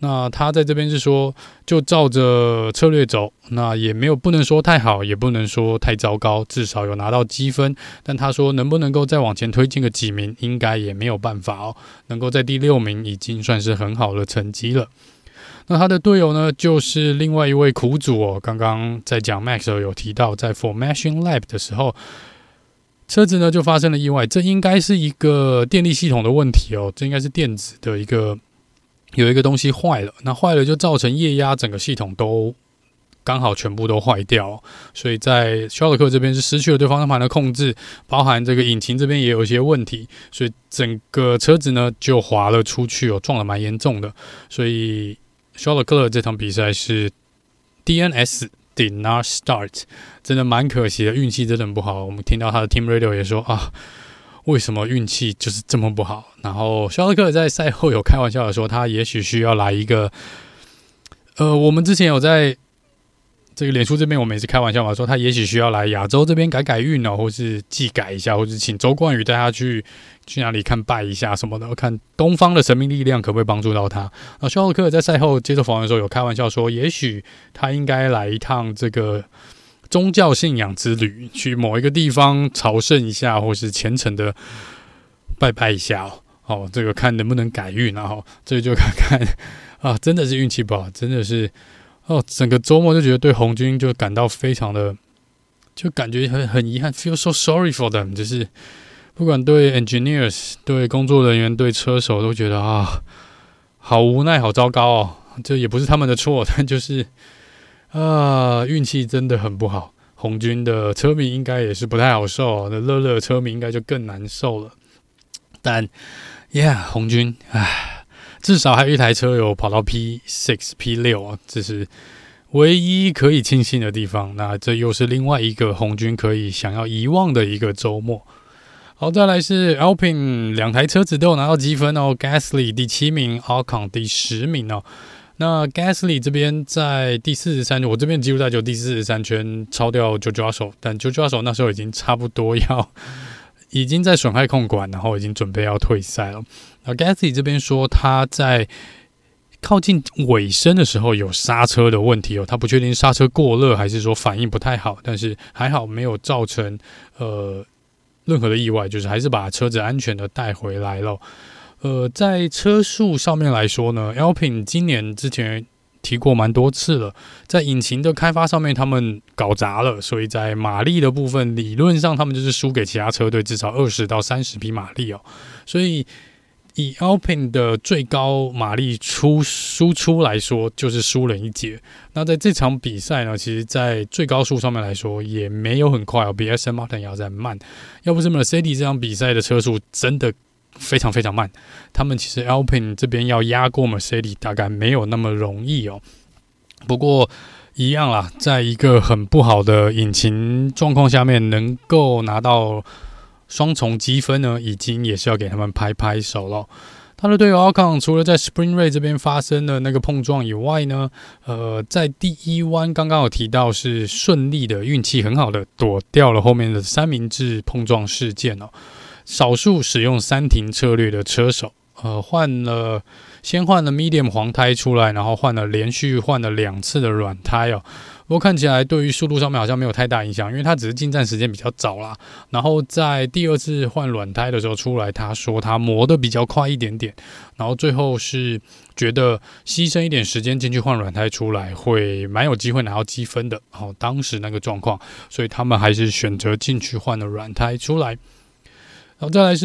那他在这边是说，就照着策略走，那也没有不能说太好，也不能说太糟糕，至少有拿到积分。但他说能不能够再往前推进个几名，应该也没有办法哦。能够在第六名已经算是很好的成绩了。那他的队友呢，就是另外一位苦主哦。刚刚在讲 Max 的时候有提到，在 Formation Lab 的时候，车子呢就发生了意外，这应该是一个电力系统的问题哦，这应该是电子的一个。有一个东西坏了，那坏了就造成液压整个系统都刚好全部都坏掉，所以在肖尔克这边是失去了对方向盘的控制，包含这个引擎这边也有一些问题，所以整个车子呢就滑了出去，撞得蛮严重的。所以肖尔克这场比赛是 D N S did not start， 真的蛮可惜的，运气真的很不好。我们听到他的 Team Radio 也说啊。为什么运气就是这么不好？然后肖特克在赛后有开玩笑的说，他也许需要来一个，呃，我们之前有在这个脸书这边，我们也是开玩笑嘛，说他也许需要来亚洲这边改改运哦，或是技改一下，或是请周冠宇带他去去哪里看拜一下什么的，看东方的神秘力量可不可以帮助到他。那肖特克在赛后接受访问的时候有开玩笑说，也许他应该来一趟这个。宗教信仰之旅，去某一个地方朝圣一下，或是虔诚的拜拜一下哦。哦，这个看能不能改运啊？哦，这个就看看啊，真的是运气不好，真的是哦，整个周末就觉得对红军就感到非常的，就感觉很很遗憾 ，feel so sorry for them， 就是不管对 engineers、对工作人员、对车手都觉得啊，好无奈、好糟糕哦。这也不是他们的错，但就是。啊，运气真的很不好，红军的车迷应该也是不太好受，那乐乐的车迷应该就更难受了。但 ，Yeah， 红军，唉，至少还有一台车有跑到 P 六、P 六 啊，这是唯一可以庆幸的地方。那这又是另外一个红军可以想要遗忘的一个周末。好，再来是 Alpine 两台车子都有拿到积分哦 ，Gasly 第七名 ，Ocon 第十名哦。那 Gasly 这边在第四十三圈，我这边记录在就第四十三圈超掉 Jojo Russell， 但 Jojo Russell 那时候已经差不多要，已经在损害控管，然后已经准备要退赛了。那 Gasly 这边说他在靠近尾声的时候有刹车的问题哦，他不确定刹车过热还是说反应不太好，但是还好没有造成呃任何的意外，就是还是把车子安全的带回来了。呃，在车速上面来说呢 ，Alpine 今年之前提过蛮多次了，在引擎的开发上面他们搞砸了，所以在马力的部分，理论上他们就是输给其他车队至少二十到三十匹马力哦。所以以 Alpine 的最高马力出输出来说，就是输人一截。那在这场比赛呢，其实在最高速上面来说也没有很快哦，比 Aston Martin 也要再慢。要不是 Mercedes 这场比赛的车速真的非常非常慢，他们其实 Alpine 这边要压过 Mercedes 大概没有那么容易哦。不过一样啦，在一个很不好的引擎状况下面，能够拿到双重积分呢，已经也是要给他们拍拍手了。他的队友 Ocon 除了在 Spring Race 这边发生了那个碰撞以外呢，呃，在第一弯刚刚有提到是顺利的，运气很好的躲掉了后面的三明治碰撞事件哦。少数使用三停策略的车手，呃，换了先换了 medium 黄胎出来，然后换了连续换了两次的软胎哦。不过看起来对于速度上面好像没有太大影响，因为他只是进站时间比较早啦。然后在第二次换软胎的时候出来，他说他磨得比较快一点点，然后最后是觉得牺牲一点时间进去换软胎出来，会蛮有机会拿到积分的。哦，当时那个状况，所以他们还是选择进去换了软胎出来。然后再来是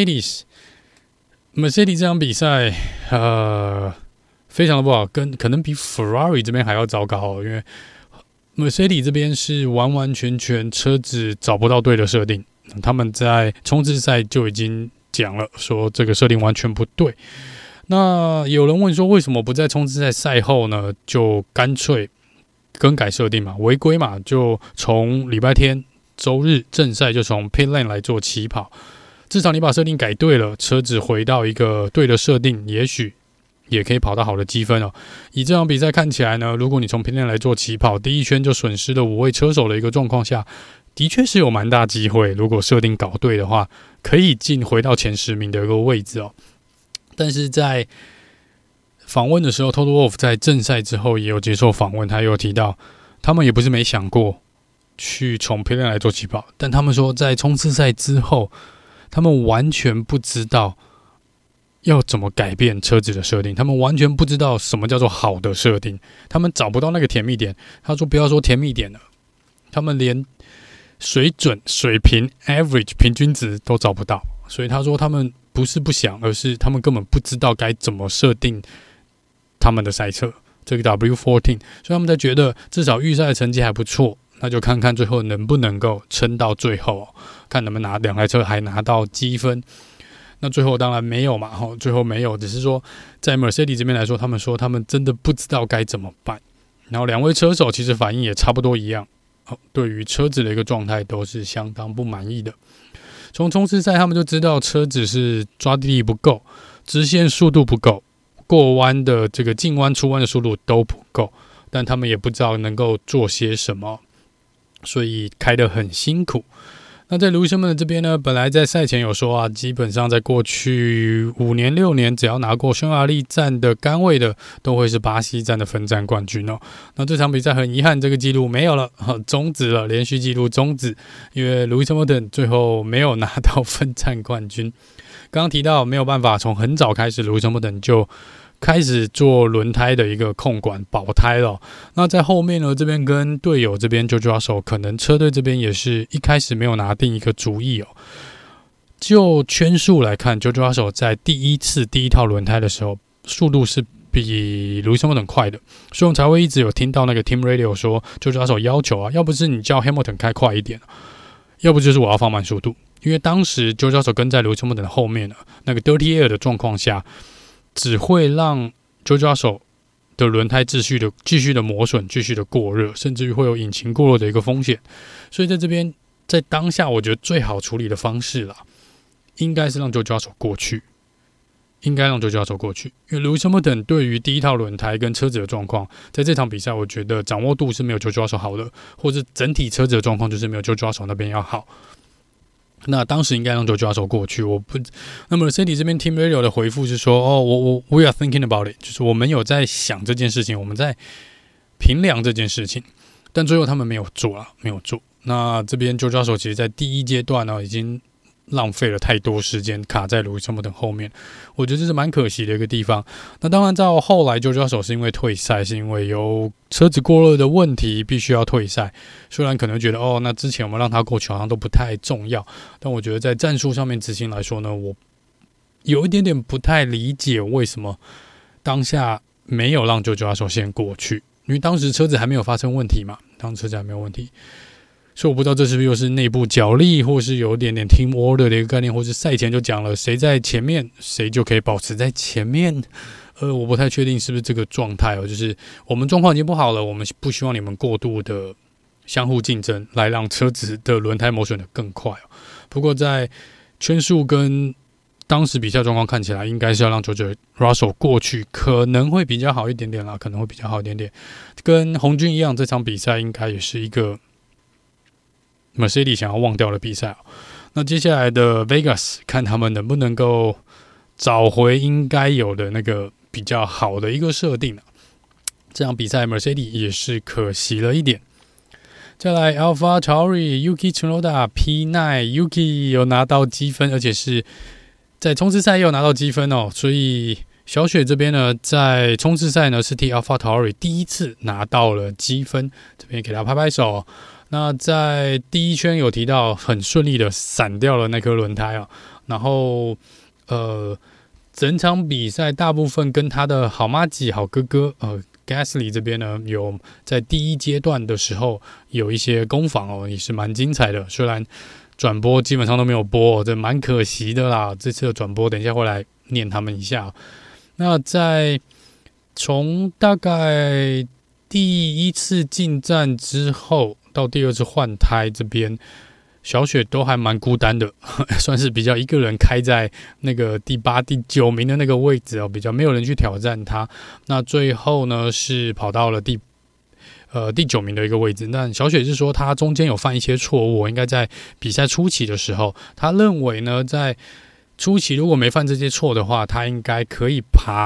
Mercedes，Mercedes 这场比赛，呃，非常的不好，跟可能比 Ferrari 这边还要糟糕哦，因为 Mercedes 这边是完完全全车子找不到对的设定，他们在冲刺赛就已经讲了，说这个设定完全不对。那有人问说，为什么不在冲刺赛赛后呢，就干脆更改设定嘛，违规嘛，就从礼拜天、周日正赛就从 pit lane 来做起跑。至少你把设定改对了，车子回到一个对的设定，也许也可以跑到好的积分哦。以这场比赛看起来呢，如果你从平面来做起跑，第一圈就损失了五位车手的一个状况下，的确是有蛮大机会，如果设定搞对的话，可以进回到前十名的一个位置哦。但是在访问的时候 Toto Wolff 在正赛之后也有接受访问，他也有提到，他们也不是没想过去从培练来做起跑，但他们说在冲刺赛之后，他们完全不知道要怎么改变车子的设定，他们完全不知道什么叫做好的设定，他们找不到那个甜蜜点。他说不要说甜蜜点了，他们连水准、水平、average 平均值都找不到。所以他说他们不是不想，而是他们根本不知道该怎么设定他们的赛车这个 W 十四， 所以他们才觉得至少预赛的成绩还不错，那就看看最后能不能够撑到最后、哦，看能不能拿两台车还拿到积分。那最后当然没有嘛，最后没有，只是说在 Mercedes 这边来说，他们说他们真的不知道该怎么办。然后两位车手其实反应也差不多一样，对于车子的一个状态都是相当不满意的。从冲刺赛他们就知道车子是抓地力不够，直线速度不够，过弯的这个进弯出弯的速度都不够，但他们也不知道能够做些什么，所以开得很辛苦。那在卢锡安们这边呢，本来在赛前有说啊，基本上在过去五年六年，只要拿过匈牙利站的杆位的，都会是巴西站的分站冠军哦。那这场比赛很遗憾，这个记录没有了，终止了，连续记录终止，因为路易斯·莫顿最后没有拿到分站冠军。刚刚提到没有办法，从很早开始，路易斯·莫顿就开始做轮胎的一个控管保胎了、哦。那在后面呢，这边跟队友这边 Jojo Russell 可能车队这边也是一开始没有拿定一个主意哦。就圈数来看 ，Jojo Russell 在第一次第一套轮胎的时候，速度是比路易斯·莫顿快的，所以我们才会一直有听到那个 Team Radio 说 Jojo Russell 要求啊，要不是你叫 Hamilton 开快一点，要不就是我要放慢速度，因为当时 Jojo Russell 跟在路易斯·莫顿的后面呢，那个 Dirty Air 的状况下。只会让 Jojo Russell 的轮胎继续的继续的磨损，继续的过热，甚至于会有引擎过热的一个风险。所以在这边，在当下，我觉得最好处理的方式啦，应该是让 Jojo Russell 过去，应该让 Jojo Russell 过去。因为 Lewis Hamilton 对于第一套轮胎跟车子的状况，在这场比赛，我觉得掌握度是没有 Jojo Russell 好的，或者整体车子的状况就是没有 Jojo Russell 那边要好。那当时应该让 Jojo Russell 过去，我不。那么 Mercedes 这边 Team Radio 的回复是说，哦，我我 We are thinking about it， 就是我们有在想这件事情，我们在评量这件事情，但最后他们没有做了，没有做。那这边 Jojo Russell 其实在第一阶段呢，已经浪费了太多时间卡在路易斯·莫顿后面，我觉得这是蛮可惜的一个地方。那当然到后来 Jojo Russell 是因为退赛，是因为有车子过热的问题必须要退赛。虽然可能觉得哦，那之前我们让他过去好像都不太重要，但我觉得在战术上面执行来说呢，我有一点点不太理解为什么当下没有让 Jojo Russell 先过去，因为当时车子还没有发生问题嘛，当时车子还没有问题。所以我不知道这是不是又是内部角力，或是有点点 team order 的一个概念，或是赛前就讲了谁在前面，谁就可以保持在前面。呃，我不太确定是不是这个状态哦，就是我们状况已经不好了，我们不希望你们过度的相互竞争，来让车子的轮胎磨损的更快哦。不过在圈数跟当时比赛状况看起来，应该是要让 Jojo Russell 过去，可能会比较好一点点啦，可能会比较好一点点。跟红军一样，这场比赛应该也是一个Mercedes 想要忘掉的比赛、哦，那接下来的 Vegas 看他们能不能够找回应该有的那个比较好的一个设定、啊、这场比赛 Mercedes 也是可惜了一点。再来 AlphaTauri Yuki Tsunoda P 九 Yuki 有拿到积分，而且是在冲刺赛也有拿到积分哦，所以小雪这边呢，在冲刺赛呢是替 AlphaTauri 第一次拿到了积分，这边给他拍拍手、哦。那在第一圈有提到很顺利的闪掉了那颗轮胎啊，然后呃，整场比赛大部分跟他的好妈吉好哥哥呃 Gasly 这边呢，有在第一阶段的时候有一些攻防哦，也是蛮精彩的。虽然转播基本上都没有播、哦，这蛮可惜的啦。这次的转播等一下会来念他们一下、哦。那在从大概第一次进站之后。到第二次换胎这边，小雪都还蛮孤单的，算是比较一个人开在那个第八、第九名的那个位置哦，比较没有人去挑战他。那最后呢是跑到了第呃第九名的一个位置。但小雪是说他中间有犯一些错误，应该在比赛初期的时候，他认为呢在初期如果没犯这些错的话，他应该可以爬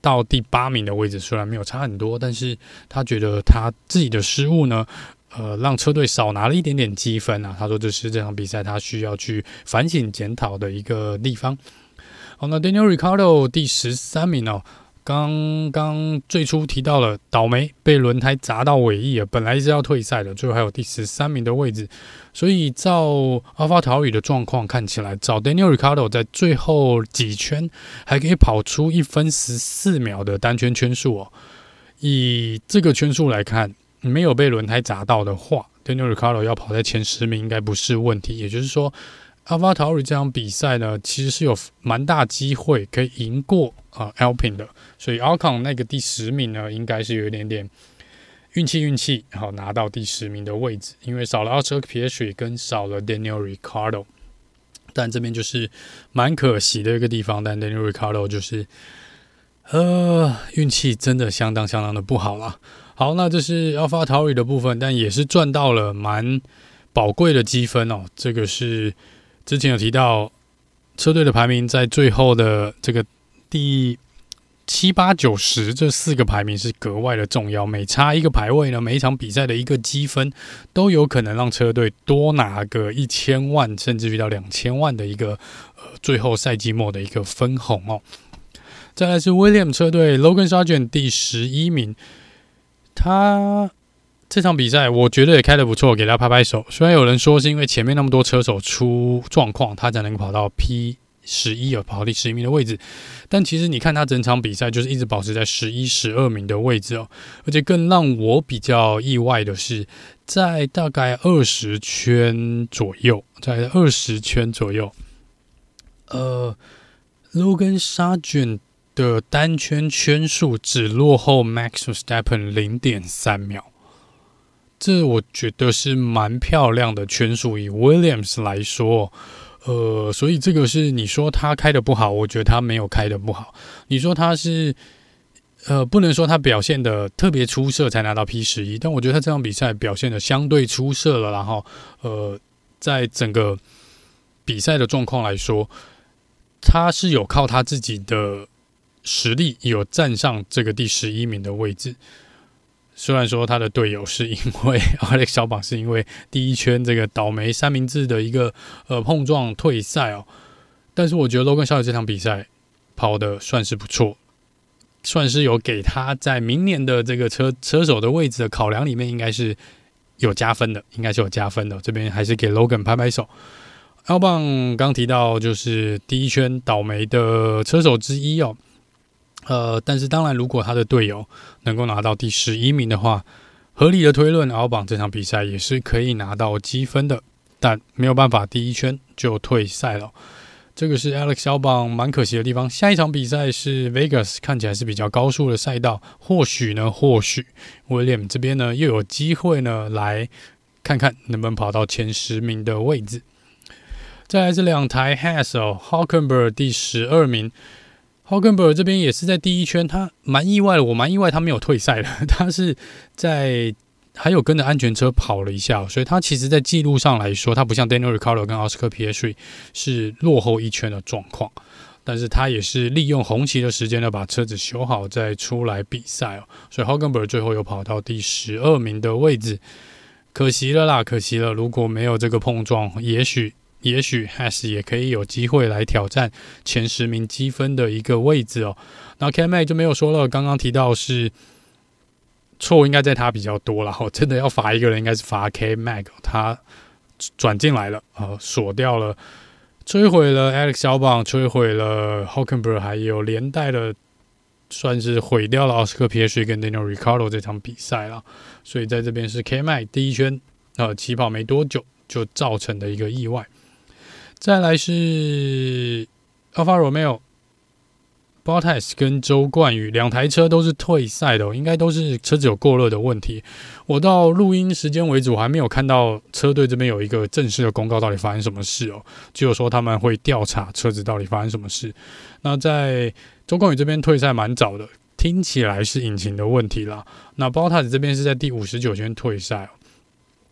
到第八名的位置，虽然没有差很多，但是他觉得他自己的失误呢，呃，让车队少拿了一点点积分啊。他说这是这场比赛他需要去反省检讨的一个地方。好，那 Daniel Ricciardo 第十三名哦。刚刚最初提到了倒霉被轮胎砸到尾翼了，本来是要退赛的，最后还有第十三名的位置，所以照 AlphaTauri 的状况看起来，找 Daniel Ricciardo 在最后几圈还可以跑出一分十四秒的单圈圈数哦。以这个圈数来看，没有被轮胎砸到的话， Daniel Ricciardo 要跑在前十名应该不是问题，也就是说AlphaTauri 这场比赛呢，其实是有蛮大机会可以赢过呃 Alpine 的，所以 Ocon 那个第十名呢，应该是有一点点运气运气，好拿到第十名的位置，因为少了 Oscar Piastri 跟少了 Daniel Ricciardo， 但这边就是蛮可惜的一个地方，但 Daniel Ricciardo 就是呃运气真的相当相当的不好啦。好，那这是 AlphaTauri 的部分，但也是赚到了蛮宝贵的积分哦，这个是。之前有提到车队的排名在最后的这个第七八九十这四个排名是格外的重要，每差一个排位呢，每一场比赛的一个积分都有可能让车队多拿个一千万甚至于到两千万的一个呃最后赛季末的一个分红哦。再来是 Williams 车队 Logan Sargent 第十一名，他这场比赛我觉得也开得不错，给他拍拍手。虽然有人说是因为前面那么多车手出状况，他才能跑到 P 十一 跑到第十一名的位置，但其实你看他整场比赛就是一直保持在十一、十二名的位置哦。而且更让我比较意外的是，在大概二十圈左右，在二十圈左右，呃 ，Logan Sargent 的单圈圈数只落后 Max Verstappen 零点三秒。这我觉得是蛮漂亮的圈数，以 Williams 来说，呃，所以这个是你说他开的不好，我觉得他没有开的不好。你说他是，呃，不能说他表现的特别出色才拿到 P 十一，但我觉得他这场比赛表现的相对出色了。然后，呃，在整个比赛的状况来说，他是有靠他自己的实力有站上这个第十一名的位置。虽然说他的队友是因为 Alex 小榜是因为第一圈这个倒霉三明治的一个呃碰撞退赛哦，但是我觉得 Logan Sargent 这场比赛跑的算是不错，算是有给他在明年的这个车车手的位置的考量里面应该是有加分的，应该是有加分的。这边还是给 Logan 拍拍手。Albon 刚提到就是第一圈倒霉的车手之一哦。呃，但是当然，如果他的队友能够拿到第十一名的话，合理的推论，奥榜这场比赛也是可以拿到积分的，但没有办法，第一圈就退赛了。这个是 Alex 小榜蛮可惜的地方。下一场比赛是 Vegas， 看起来是比较高速的赛道，或许呢，或许 William 这边呢又有机会呢来看看能不能跑到前十名的位置。再来这两台 Haas 哦 ，Hülkenberg 第十二名。Hülkenberg 这边也是在第一圈，他蛮意外的，我蛮意外他没有退赛的，他是在还有跟着安全车跑了一下，所以他其实在记录上来说，他不像 Daniel Ricciardo 跟 Oscar Piastri 是落后一圈的状况，但是他也是利用红旗的时间呢，把车子修好再出来比赛哦，所以 Hülkenberg 最后又跑到第十二名的位置，可惜了啦，可惜了，如果没有这个碰撞，也许。也许 Haas 也可以有机会来挑战前十名积分的一个位置哦。那 K-Mag 就没有说了，刚刚提到是错应该在他比较多啦，真的要罚一个人应该是罚 K-Mag， 他转进来了，呃，锁掉了，摧毁了 Alex 小榜，摧毁了 Hülkenberg， 还有连带的算是毁掉了 Oscar Piastri 跟 Daniel Ricciardo 这场比赛啦。所以在这边是 K-Mag 第一圈呃起跑没多久就造成的一个意外。再来是 Alfa Romeo、Bottas 跟周冠宇两台车都是退赛的、哦，应该都是车子有过热的问题。我到录音时间为止，我还没有看到车队这边有一个正式的公告，到底发生什么事哦？只有说他们会调查车子到底发生什么事。那在周冠宇这边退赛蛮早的，听起来是引擎的问题啦。那 Bottas 这边是在第五十九圈退赛、哦。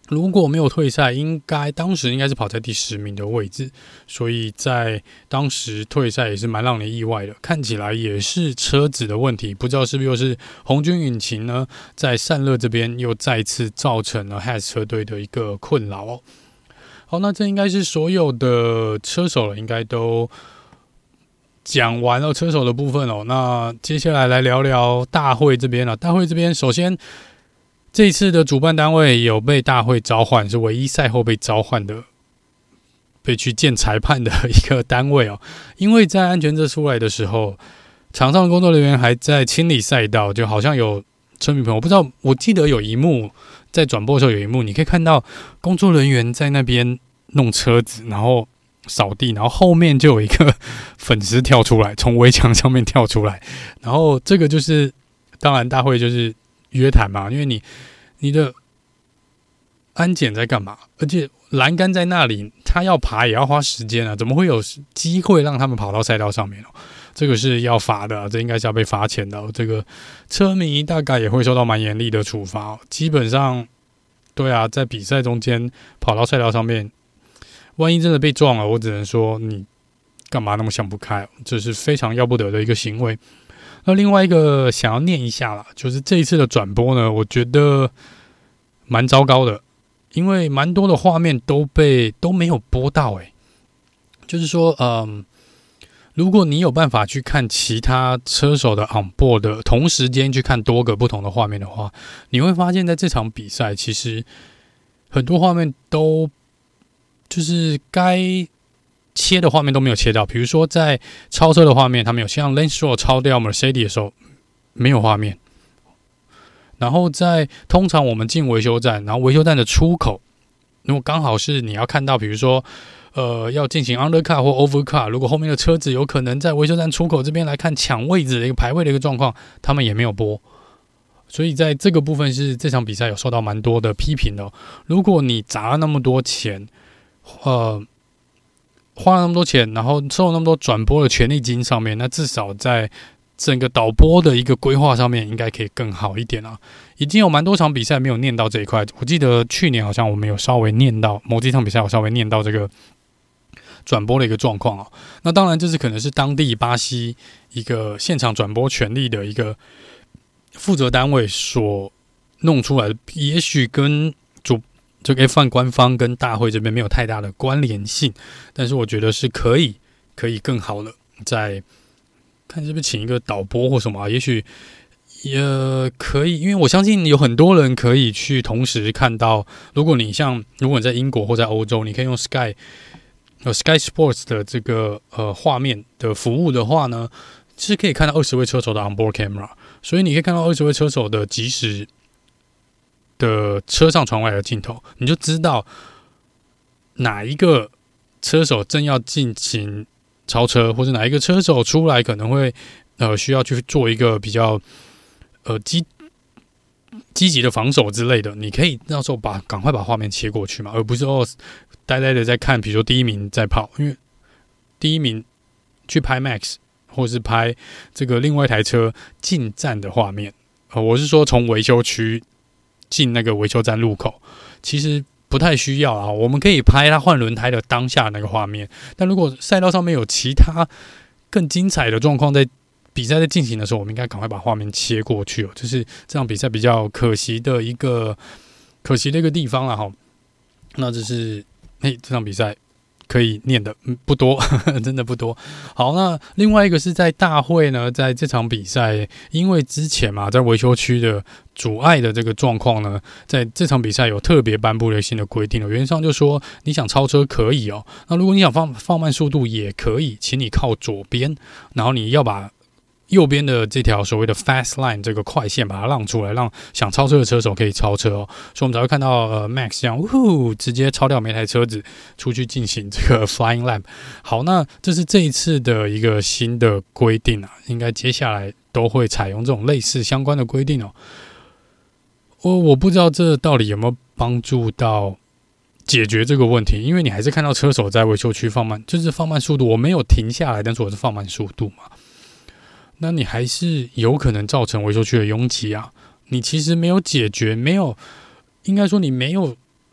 如果没有退赛，应该当时应该是跑在第十名的位置，所以在当时退赛也是蛮让人意外的。看起来也是车子的问题，不知道是不是又是红军引擎呢，在散热这边又再次造成了 Haas 车队的一个困扰哦。好，那这应该是所有的车手了，应该都讲完了车手的部分哦。那接下来来聊聊大会这边了。大会这边首先，这一次的主办单位有被大会召唤，是唯一赛后被召唤的，被去见裁判的一个单位哦。因为在安全车出来的时候，场上的工作人员还在清理赛道，就好像有车迷朋友，我不知道，我记得有一幕在转播的时候有一幕，你可以看到工作人员在那边弄车子，然后扫地，然后后面就有一个粉丝跳出来，从围墙上面跳出来，然后这个就是当然大会就是约谈嘛，因为你你的安检在干嘛？而且栏杆在那里，他要爬也要花时间啊，怎么会有机会让他们跑到赛道上面哦？这个是要罚的、啊，这应该是要被罚钱的、哦。这个车迷大概也会受到蛮严厉的处罚、哦。基本上，对啊，在比赛中间跑到赛道上面，万一真的被撞了，我只能说你干嘛那么想不开、哦？这是非常要不得的一个行为。那另外一个想要念一下啦，就是这一次的转播呢，我觉得蛮糟糕的，因为蛮多的画面都被都没有播到、欸，就是说，嗯，如果你有办法去看其他车手的 on board 的同时间去看多个不同的画面的话，你会发现在这场比赛其实很多画面都就是该切的画面都没有切到，比如说在超车的画面，他们有像 Lance Stroll 超掉 Mercedes 的时候没有画面，然后在通常我们进维修站，然后维修站的出口，如果刚好是你要看到，比如说呃要进行 undercut 或 overcut， 如果后面的车子有可能在维修站出口这边来看抢位置的一个排位的一个状况，他们也没有播，所以在这个部分是这场比赛有受到蛮多的批评的、哦。如果你砸了那么多钱，呃。花了那么多钱，然后收了那么多转播的权利金上面，那至少在整个导播的一个规划上面，应该可以更好一点啊。已经有蛮多场比赛没有念到这一块，我记得去年好像我们有稍微念到某几场比赛，我稍微念到这个转播的一个状况啊。那当然，这是可能是当地巴西一个现场转播权利的一个负责单位所弄出来的，也许跟主。这个 F 一 官方跟大会这边没有太大的关联性，但是我觉得是可以可以更好的，在看是不是请一个导播或什么、啊，也许也可以，因为我相信有很多人可以去同时看到。如果你像如果你在英国或在欧洲，你可以用 Sky 呃 Sky Sports 的这个呃画面的服务的话呢，是可以看到二十位车手的 onboard camera， 所以你可以看到二十位车手的即时的车上传回来的镜头，你就知道哪一个车手正要进行超车，或者哪一个车手出来可能会呃需要去做一个比较呃积积极的防守之类的。你可以那时候把赶快把画面切过去嘛，而不是哦呆呆的在看，比如说第一名在跑，因为第一名去拍 Max 或是拍这个另外一台车进站的画面。呃，我是说从维修区进那个维修站入口，其实不太需要啊。我们可以拍他换轮胎的当下那个画面，但如果赛道上面有其他更精彩的状况在比赛在进行的时候，我们应该赶快把画面切过去哦。这是这场比赛比较可惜的一个可惜的一个地方啦哈。那这是嘿这场比赛可以念的、嗯、不多真的不多。好，那另外一个是在大会呢，在这场比赛，因为之前嘛，在维修区的阻碍的这个状况呢，在这场比赛有特别颁布了新的规定了。原则上就说，你想超车可以哦，那如果你想放放慢速度也可以，请你靠左边，然后你要把右边的这条所谓的 fast line 这个快线把它让出来，让想超车的车手可以超车哦。所以我们才会看到呃 Max 这样，呜直接超掉每台车子出去进行这个 flying lap。好，那这是这一次的一个新的规定啊，应该接下来都会采用这种类似相关的规定哦。我我不知道这到底有没有帮助到解决这个问题，因为你还是看到车手在维修区放慢，就是放慢速度，我没有停下来，但是我是放慢速度嘛。那你还是有可能造成维修区的拥挤啊！你其实没有解决，没有，应该说你没有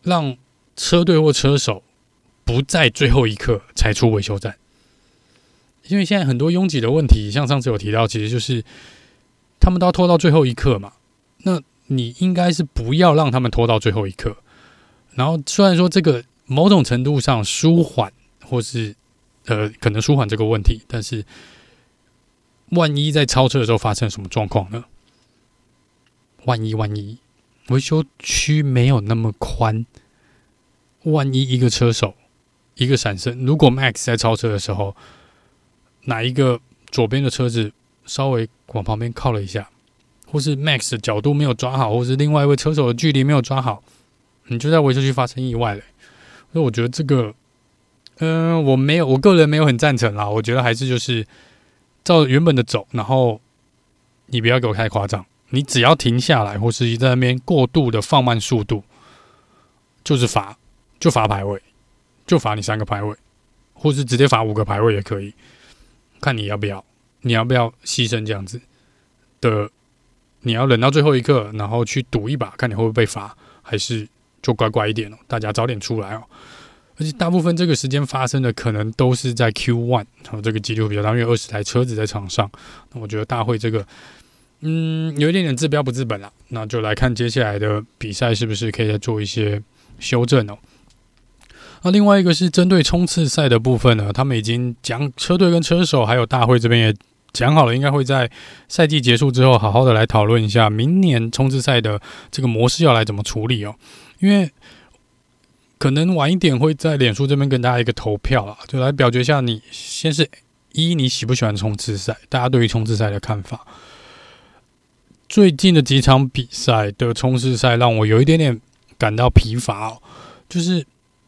让车队或车手不在最后一刻才出维修站，因为现在很多拥挤的问题，像上次有提到，其实就是他们都要拖到最后一刻嘛。那你应该是不要让他们拖到最后一刻。然后虽然说这个某种程度上舒缓，或是呃可能舒缓这个问题，但是万一在超车的时候发生什么状况呢？万一万一维修区没有那么宽，万一一个车手一个闪身，如果 Max 在超车的时候，哪一个左边的车子稍微往旁边靠了一下，或是 Max 的角度没有抓好，或是另外一位车手的距离没有抓好，你就在维修区发生意外了。所以我觉得这个，嗯、呃，我没有，我个人没有很赞成啦。我觉得还是就是照原本的走，然后你不要给我太夸张，你只要停下来，或是在那边过度的放慢速度，就是罚，就罚排位。就罚你三个排位，或是直接罚五个排位也可以，看你要不要，你要不要牺牲这样子的，你要忍到最后一刻，然后去赌一把，看你会不会被罚，还是就乖乖一点哦，大家早点出来哦。而且大部分这个时间发生的可能都是在 Q 一，然后这个几率比较大，因为二十台车子在场上。那我觉得大会这个，嗯，有一点点治标不治本啦。那就来看接下来的比赛是不是可以再做一些修正哦。那另外一个是针对冲刺赛的部分呢，他们已经讲车队跟车手还有大会这边也讲好了，应该会在赛季结束之后好好的来讨论一下明年冲刺赛的这个模式要来怎么处理哦。因为可能晚一点会在脸书这边跟大家一个投票啦，就来表决一下你先是一你喜不喜欢冲刺赛，大家对于冲刺赛的看法。最近的几场比赛的冲刺赛让我有一点点感到疲乏哦，就是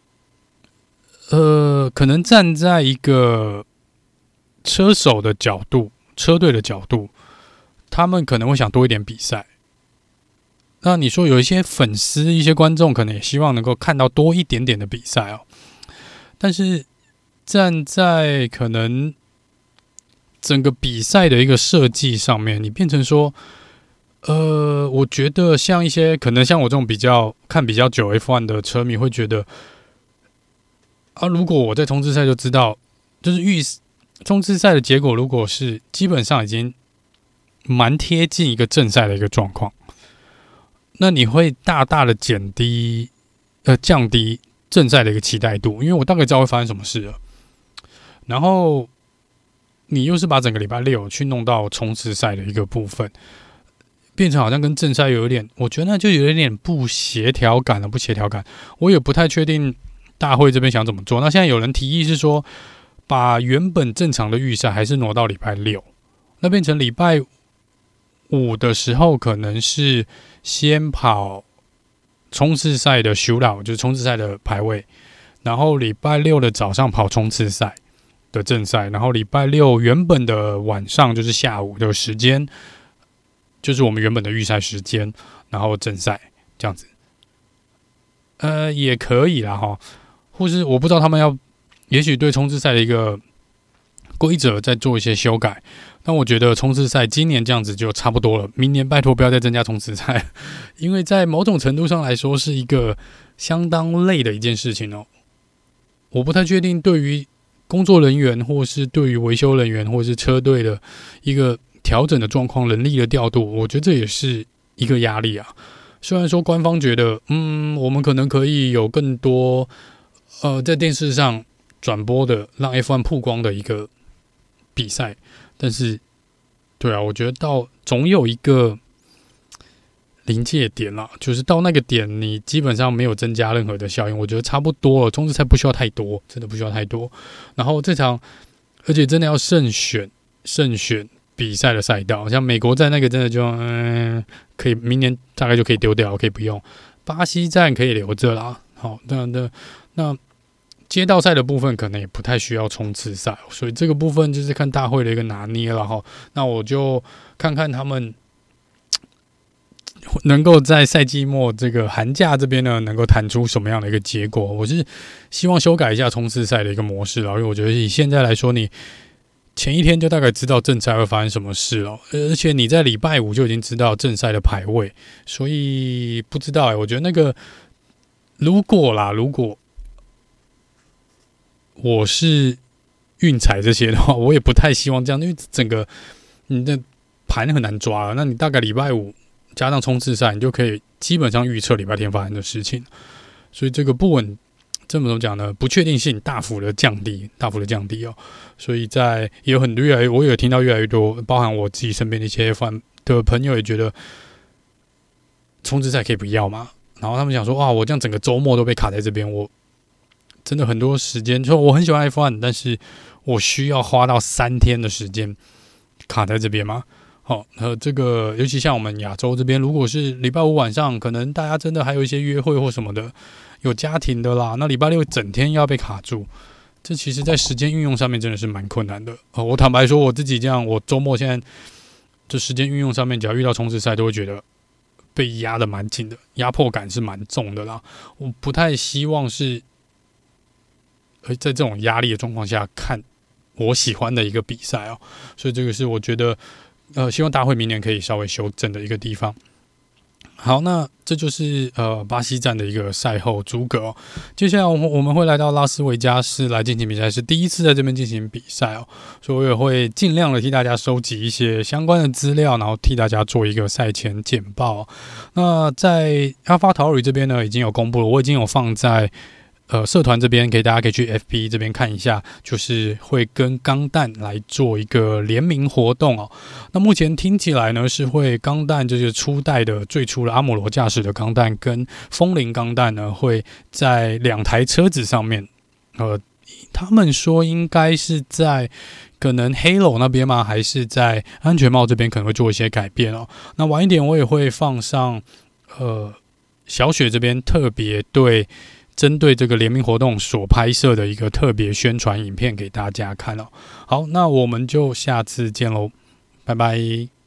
呃，可能站在一个车手的角度、车队的角度，他们可能会想多一点比赛。那你说有一些粉丝、一些观众可能也希望能够看到多一点点的比赛哦。但是站在可能整个比赛的一个设计上面，你变成说，呃，我觉得像一些可能像我这种比较看比较久 F 一 的车迷会觉得。啊！如果我在冲刺赛就知道，就是预冲刺赛的结果，如果是基本上已经蛮贴近一个正赛的一个状况，那你会大大的减低呃降低正赛的一个期待度，因为我大概知道会发生什么事了。然后你又是把整个礼拜六去弄到冲刺赛的一个部分，变成好像跟正赛有一点，我觉得那就有一点不协调感了，不协调感。我也不太确定。大会这边想怎么做？那现在有人提议是说，把原本正常的预赛还是挪到礼拜六，那变成礼拜五的时候，可能是先跑冲刺赛的shootout，就是冲刺赛的排位，然后礼拜六的早上跑冲刺赛的正赛，然后礼拜六原本的晚上就是下午的时间，就是我们原本的预赛时间，然后正赛这样子，呃，也可以啦哈。或是我不知道他们要，也许对冲刺赛的一个规则再做一些修改，但我觉得冲刺赛今年这样子就差不多了，明年拜托不要再增加冲刺赛，因为在某种程度上来说是一个相当累的一件事情哦。我不太确定对于工作人员，或是对于维修人员，或是车队的一个调整的状况、人力的调度，我觉得这也是一个压力啊。虽然说官方觉得，嗯，我们可能可以有更多。呃，在电视上转播的让 F 一 曝光的一个比赛，但是，对啊，我觉得到总有一个临界点啦，就是到那个点，你基本上没有增加任何的效应，我觉得差不多了。冲刺赛不需要太多，真的不需要太多。然后这场，而且真的要慎选慎选比赛的赛道，像美国站那个真的就嗯，可以明年大概就可以丢掉，可以不用。巴西站可以留着啦。好，那那那。街道赛的部分可能也不太需要冲刺赛，所以这个部分就是看大会的一个拿捏了哈。那我就看看他们能够在赛季末这个寒假这边呢，能够谈出什么样的一个结果。我是希望修改一下冲刺赛的一个模式了，因为我觉得以现在来说，你前一天就大概知道正赛会发生什么事了，而且你在礼拜五就已经知道正赛的排位，所以不知道哎、欸，我觉得那个。 如果啦，如果我是运彩这些的话，我也不太希望这样，因为整个你的盘很难抓了。那你大概礼拜五加上冲刺赛，你就可以基本上预测礼拜天发生的事情。所以这个不稳，这么怎么讲呢？不确定性大幅的降低，大幅的降低哦。所以在也有很多越来越，我有听到越来越多，包含我自己身边的一些 F 一 的朋友也觉得冲刺赛可以不要嘛。然后他们想说，哇，我这样整个周末都被卡在这边，我真的很多时间，就我很喜欢 F 一，但是我需要花到三天的时间卡在这边吗？好，呃，这个尤其像我们亚洲这边，如果是礼拜五晚上，可能大家真的还有一些约会或什么的，有家庭的啦，那礼拜六整天要被卡住，这其实在时间运用上面真的是蛮困难的。呃，我坦白说，我自己这样，我周末现在这时间运用上面，只要遇到冲刺赛，都会觉得被压得蛮紧的，压迫感是蛮重的啦。我不太希望是在这种压力的状况下看我喜欢的一个比赛哦，所以这个是我觉得。呃，希望大会明年可以稍微修正的一个地方。好，那这就是呃巴西站的一个赛后诸葛哦。接下来我们我们会来到拉斯维加斯来进行比赛，是第一次在这边进行比赛哦，所以我也会尽量的替大家收集一些相关的资料，然后替大家做一个赛前简报哦。那在阿发陶旅这边呢，已经有公布了，我已经有放在。呃，社团这边给大家可以去 F B 这边看一下，就是会跟钢弹来做一个联名活动哦。那目前听起来呢，是会钢弹就是初代的最初的阿姆罗驾驶的钢弹跟风铃钢弹呢，会在两台车子上面。呃，他们说应该是在可能 Halo 那边吗？还是在安全帽这边可能会做一些改变哦。那晚一点我也会放上呃小雪这边特别对。针对这个联名活动所拍摄的一个特别宣传影片给大家看哦。好，那我们就下次见喽，拜拜。